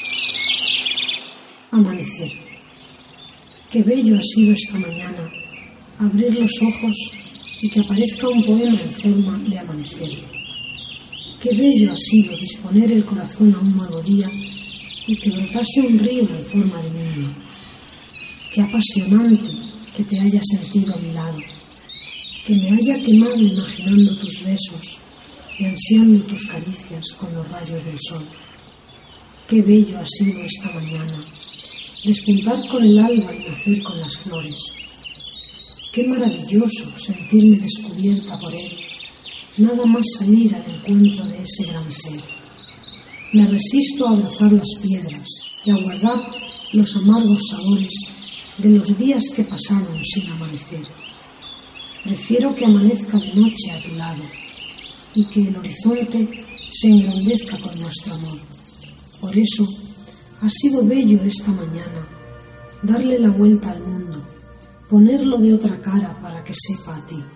Amanecer. Qué bello ha sido esta mañana abrir los ojos y que aparezca un poema en forma de amanecer. Qué bello ha sido disponer el corazón a un nuevo día y que brotase un río en forma de niño. Qué apasionante que te haya sentido a mi lado, que me haya quemado imaginando tus besos y ansiando tus caricias con los rayos del sol. Qué bello ha sido esta mañana, despuntar con el alba y nacer con las flores. Qué maravilloso sentirme descubierta por él, nada más salir al encuentro de ese gran ser. Me resisto a abrazar las piedras y a guardar los amargos sabores de los días que pasaron sin amanecer. Prefiero que amanezca de noche a tu lado y que el horizonte se engrandezca con nuestro amor. Por eso ha sido bello esta mañana darle la vuelta al mundo, ponerlo de otra cara para que sepa a ti.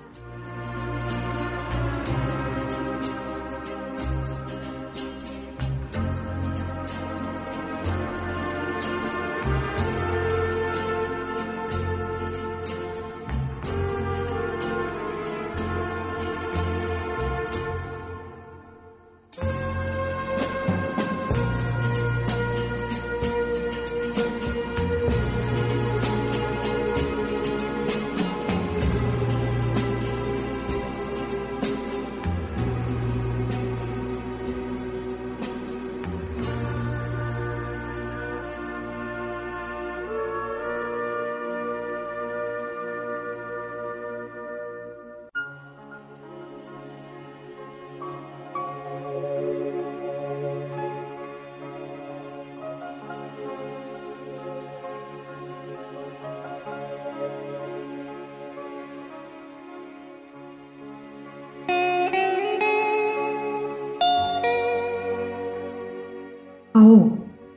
Ahogo.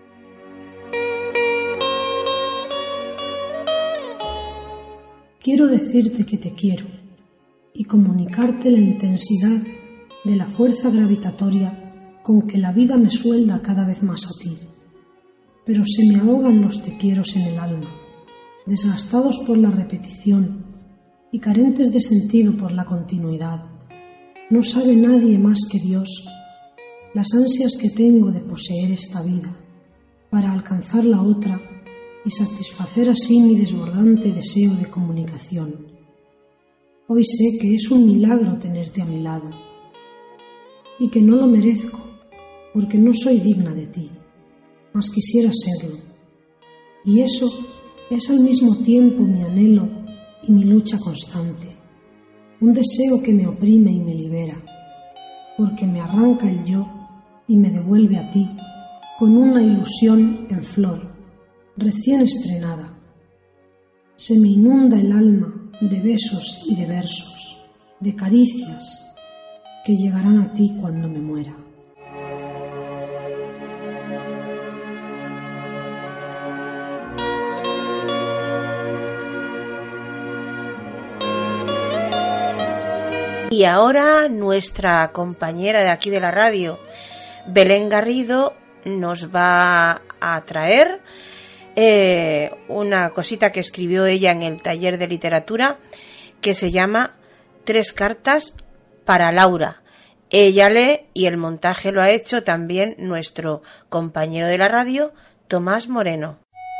Quiero decirte que te quiero y comunicarte la intensidad de la fuerza gravitatoria con que la vida me suelda cada vez más a ti. Pero se me ahogan los te quieros en el alma, desgastados por la repetición y carentes de sentido por la continuidad. No sabe nadie más que Dios las ansias que tengo de poseer esta vida para alcanzar la otra y satisfacer así mi desbordante deseo de comunicación. Hoy sé que es un milagro tenerte a mi lado y que no lo merezco porque no soy digna de ti, mas quisiera serlo. Y eso es al mismo tiempo mi anhelo y mi lucha constante, un deseo que me oprime y me libera, porque me arranca el yo y me devuelve a ti con una ilusión en flor, recién estrenada. Se me inunda el alma de besos y de versos, de caricias que llegarán a ti cuando me muera. Y ahora nuestra compañera de aquí de la radio, Belén Garrido, nos va a traer eh, una cosita que escribió ella en el taller de literatura que se llama Tres cartas para Laura. Ella lee y el montaje lo ha hecho también nuestro compañero de la radio, Tomás Moreno.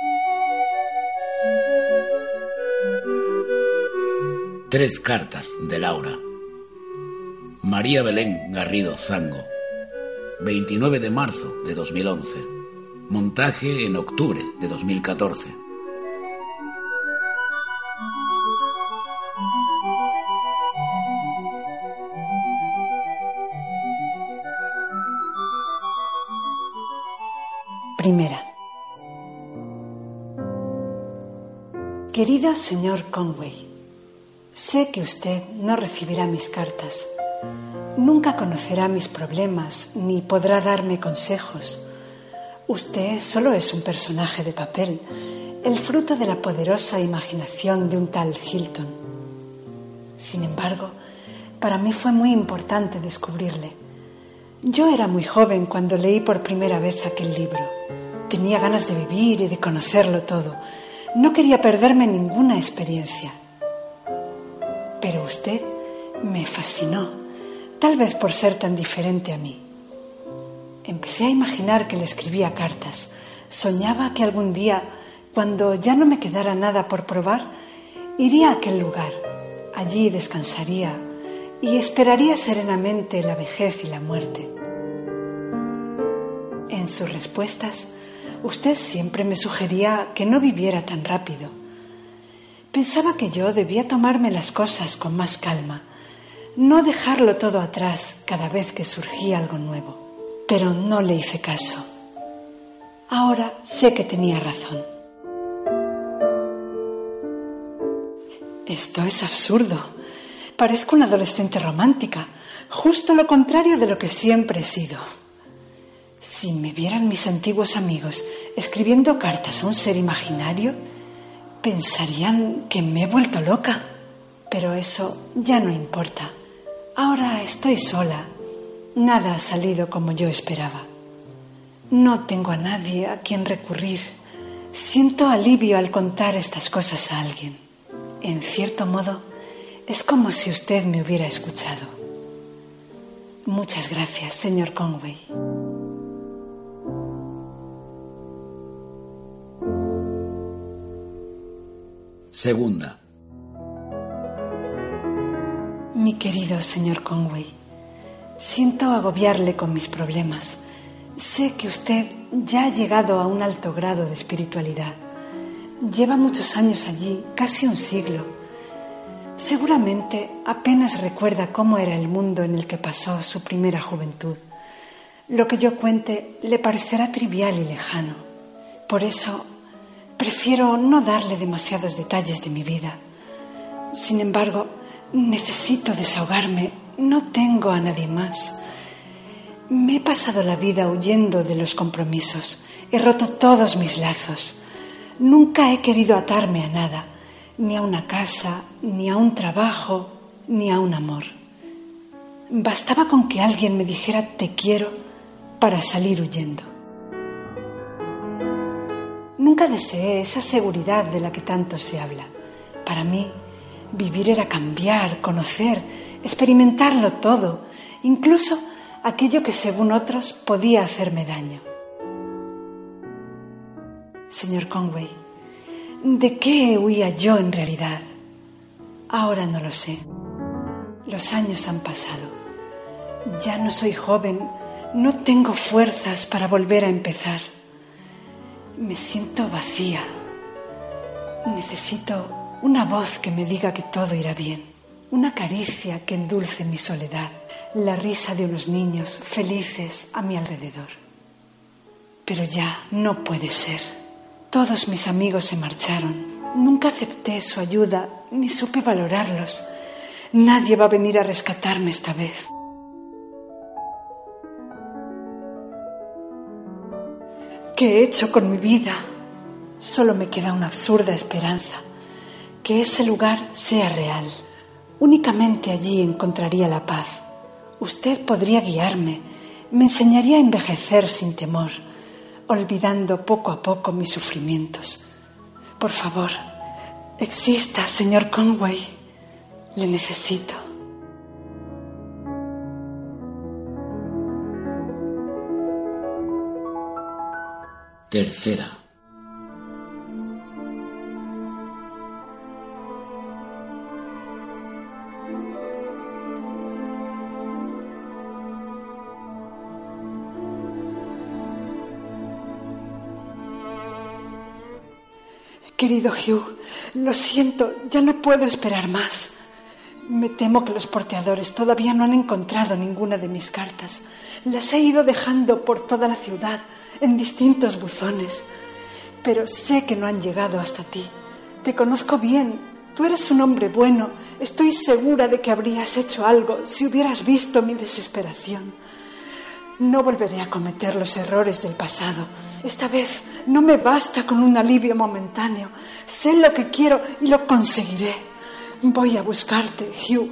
Tres cartas de Laura. María Belén Garrido Zango, veintinueve de marzo de dos mil once. Montaje en octubre de dos mil catorce. Primera. Querido señor Conway, sé que usted no recibirá mis cartas. Nunca conocerá mis problemas ni podrá darme consejos. Usted solo es un personaje de papel, el fruto de la poderosa imaginación de un tal Hilton. Sin embargo, para mí fue muy importante descubrirle. Yo era muy joven cuando leí por primera vez aquel libro. Tenía ganas de vivir y de conocerlo todo. No quería perderme ninguna experiencia. Pero usted me fascinó. Tal vez por ser tan diferente a mí. Empecé a imaginar que le escribía cartas, Soñaba que algún día, cuando ya no me quedara nada por probar, iría a aquel lugar. Allí descansaría y esperaría serenamente la vejez y la muerte. En sus respuestas, usted siempre me sugería que no viviera tan rápido. Pensaba que yo debía tomarme las cosas con más calma, no dejarlo todo atrás cada vez que surgía algo nuevo. Pero no le hice caso. Ahora sé que tenía razón. Esto es absurdo. Parezco una adolescente romántica, justo lo contrario de lo que siempre he sido. Si me vieran mis antiguos amigos escribiendo cartas a un ser imaginario, pensarían que me he vuelto loca. Pero eso ya no importa. Ahora estoy sola. Nada ha salido como yo esperaba. No tengo a nadie a quien recurrir. Siento alivio al contar estas cosas a alguien. En cierto modo, es como si usted me hubiera escuchado. Muchas gracias, señor Conway. Segunda. Mi querido señor Conway, siento agobiarle con mis problemas. Sé que usted ya ha llegado a un alto grado de espiritualidad. Lleva muchos años allí, casi un siglo. Seguramente apenas recuerda cómo era el mundo en el que pasó su primera juventud. Lo que yo cuente le parecerá trivial y lejano. Por eso prefiero no darle demasiados detalles de mi vida. Sin embargo, necesito desahogarme. No tengo a nadie más. Me he pasado la vida huyendo de los compromisos. He roto todos mis lazos. Nunca he querido atarme a nada, ni a una casa, ni a un trabajo, ni a un amor. Bastaba con que alguien me dijera te quiero para salir huyendo. Nunca deseé esa seguridad de la que tanto se habla. Para mí, vivir era cambiar, conocer, experimentarlo todo, incluso aquello que según otros podía hacerme daño. Señor Conway, ¿de qué huía yo en realidad? Ahora no lo sé. Los años han pasado. Ya no soy joven, no tengo fuerzas para volver a empezar. Me siento vacía. Necesito una voz que me diga que todo irá bien, una caricia que endulce mi soledad, la risa de unos niños felices a mi alrededor. Pero ya no puede ser. Todos mis amigos se marcharon. Nunca acepté su ayuda ni supe valorarlos. Nadie va a venir a rescatarme esta vez. ¿Qué he hecho con mi vida? Solo me queda una absurda esperanza, que ese lugar sea real. Únicamente allí encontraría la paz. Usted podría guiarme, me enseñaría a envejecer sin temor, olvidando poco a poco mis sufrimientos. Por favor, exista, señor Conway. Le necesito. Tercera. Querido Hugh, lo siento, ya no puedo esperar más. Me temo que los porteadores todavía no han encontrado ninguna de mis cartas. Las he ido dejando por toda la ciudad, en distintos buzones. Pero sé que no han llegado hasta ti. Te conozco bien, tú eres un hombre bueno. Estoy segura de que habrías hecho algo si hubieras visto mi desesperación. No volveré a cometer los errores del pasado. Esta vez no me basta con un alivio momentáneo. Sé lo que quiero y lo conseguiré. Voy a buscarte, Hugh.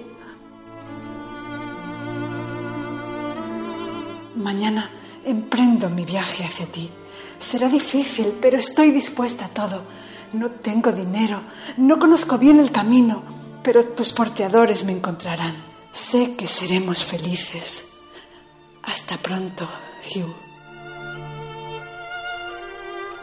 Mañana emprendo mi viaje hacia ti. Será difícil, pero estoy dispuesta a todo. No tengo dinero, no conozco bien el camino, pero tus porteadores me encontrarán. Sé que seremos felices. Hasta pronto, Hugh.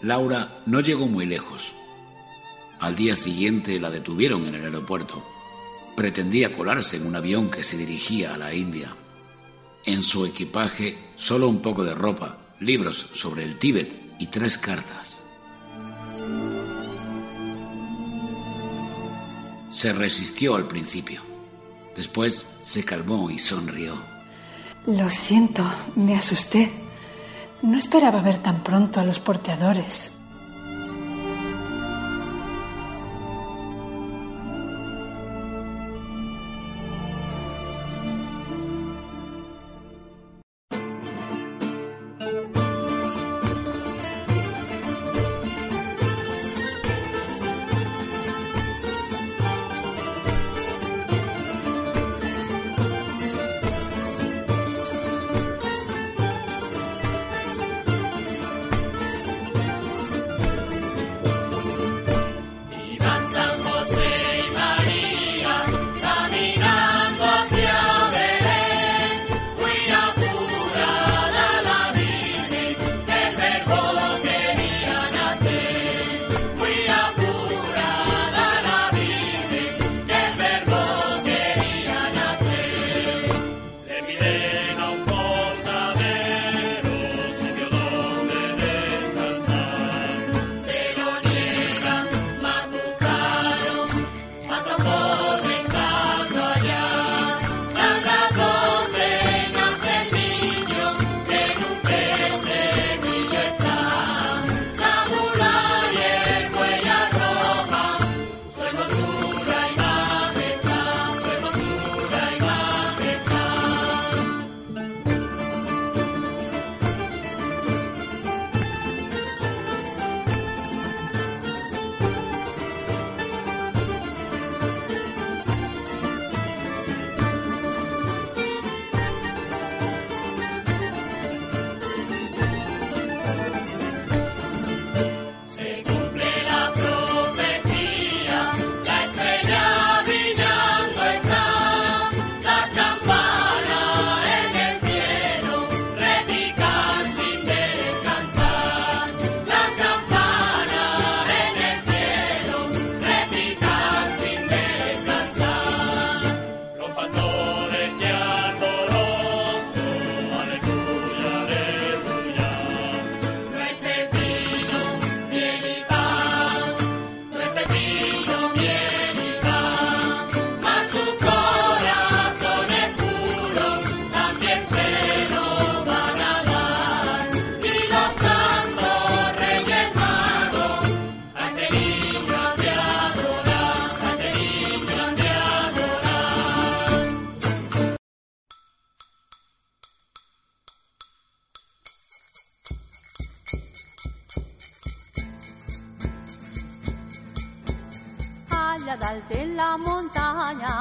Laura no llegó muy lejos. Al día siguiente la detuvieron en el aeropuerto. Pretendía colarse en un avión que se dirigía a la India. En su equipaje solo un poco de ropa, libros sobre el Tíbet y tres cartas. Se resistió al principio. Después se calmó y sonrió. Lo siento, me asusté. No esperaba ver tan pronto a los porteadores. allà dalt en la muntanya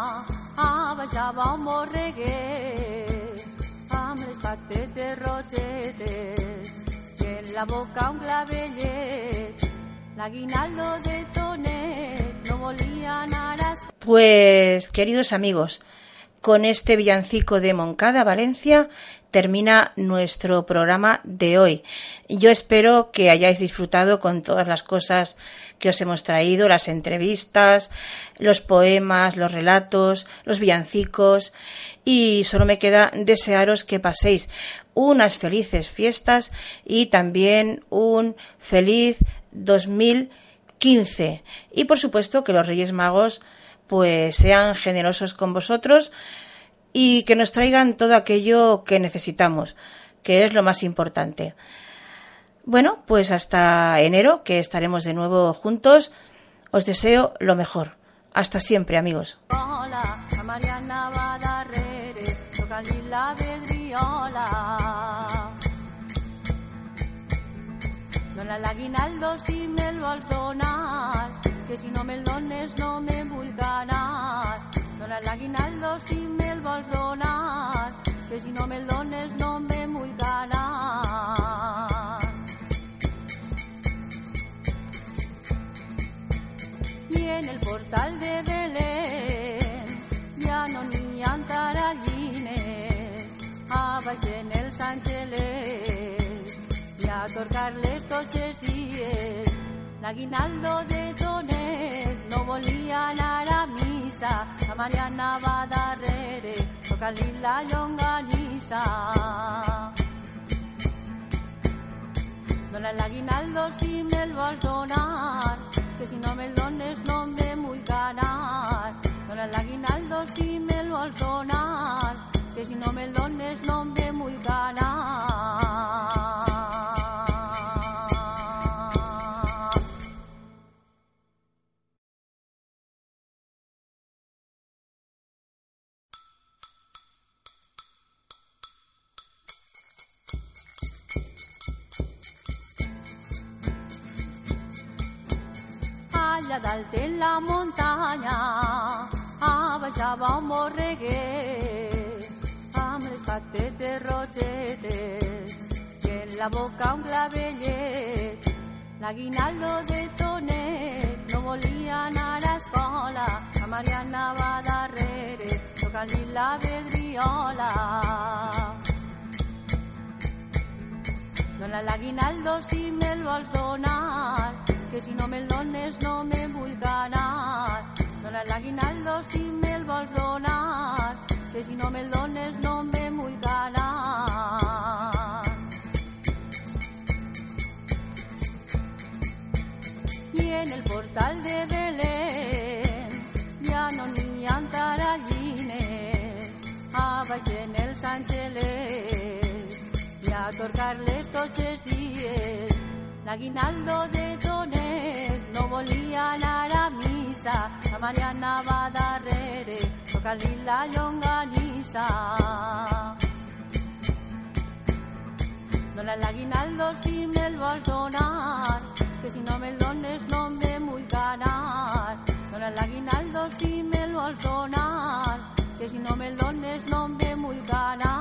avallava un borreguer amb les patetes rogetes i en la boca un clavellet, l'aguinaldo de Tonet no volia anar a... Pues, queridos amigos, con este villancico de Moncada, Valencia, termina nuestro programa de hoy. Yo espero que hayáis disfrutado con todas las cosas que os hemos traído, las entrevistas, los poemas, los relatos, los villancicos, y solo me queda desearos que paséis unas felices fiestas y también un feliz dos mil quince. Y por supuesto que los Reyes Magos pues sean generosos con vosotros y que nos traigan todo aquello que necesitamos, que es lo más importante. Bueno, pues hasta enero, que estaremos de nuevo juntos. Os deseo lo mejor. Hasta siempre, amigos. Hola, a Mariana va darrere, toca-li la vedriola. Dona l'aguinaldo si me'l vols donar, que si no me'l dones no me vull anar. Dona l'aguinaldo si me'l vols donar, que si no me'l dones no me vull anar. I en el portal de Belén ja no n'hi ha tarallines, a baix en els àngeles i a torcar les tots els dies l'aguinaldo de Tonet no volia anar a missa, la Mariana va darrere, tocant-li la llonganissa. Dona l'aguinaldo si me'l vols donar, que si no me'l dones no em ve vull ganar. Dona l'aguinaldo si me'l vols donar, que si no me'l dones no em ve vull ganar. Allà dalt en la muntanya abajava un borreguer amb les patetes rogetes i en la boca un clavellet. L'aguinaldo de Tonet no volia anar a escola, la Mariana va darrere tocant-li la vedriola. Dona l'aguinaldo si me'l vols donar, que si no me'l dones no me vull ganar. Dona l'aguinaldo si me'l vols donar, que si no me'l dones no me vull ganar. I en el portal de Belén ja no n'hi ha tarallines, a baix en els àngeles i a torcar-les tots els dies. L'aguinaldo de Tonet no volia anar a missa, la Mariana va darrere, tocant-li la llonganissa. Dona l'aguinaldo si me'l vols donar, que si no me'l dones no em ve vull ganar. Dona l'aguinaldo si me'l vols donar, que si no me'l dones no em ve vull ganar.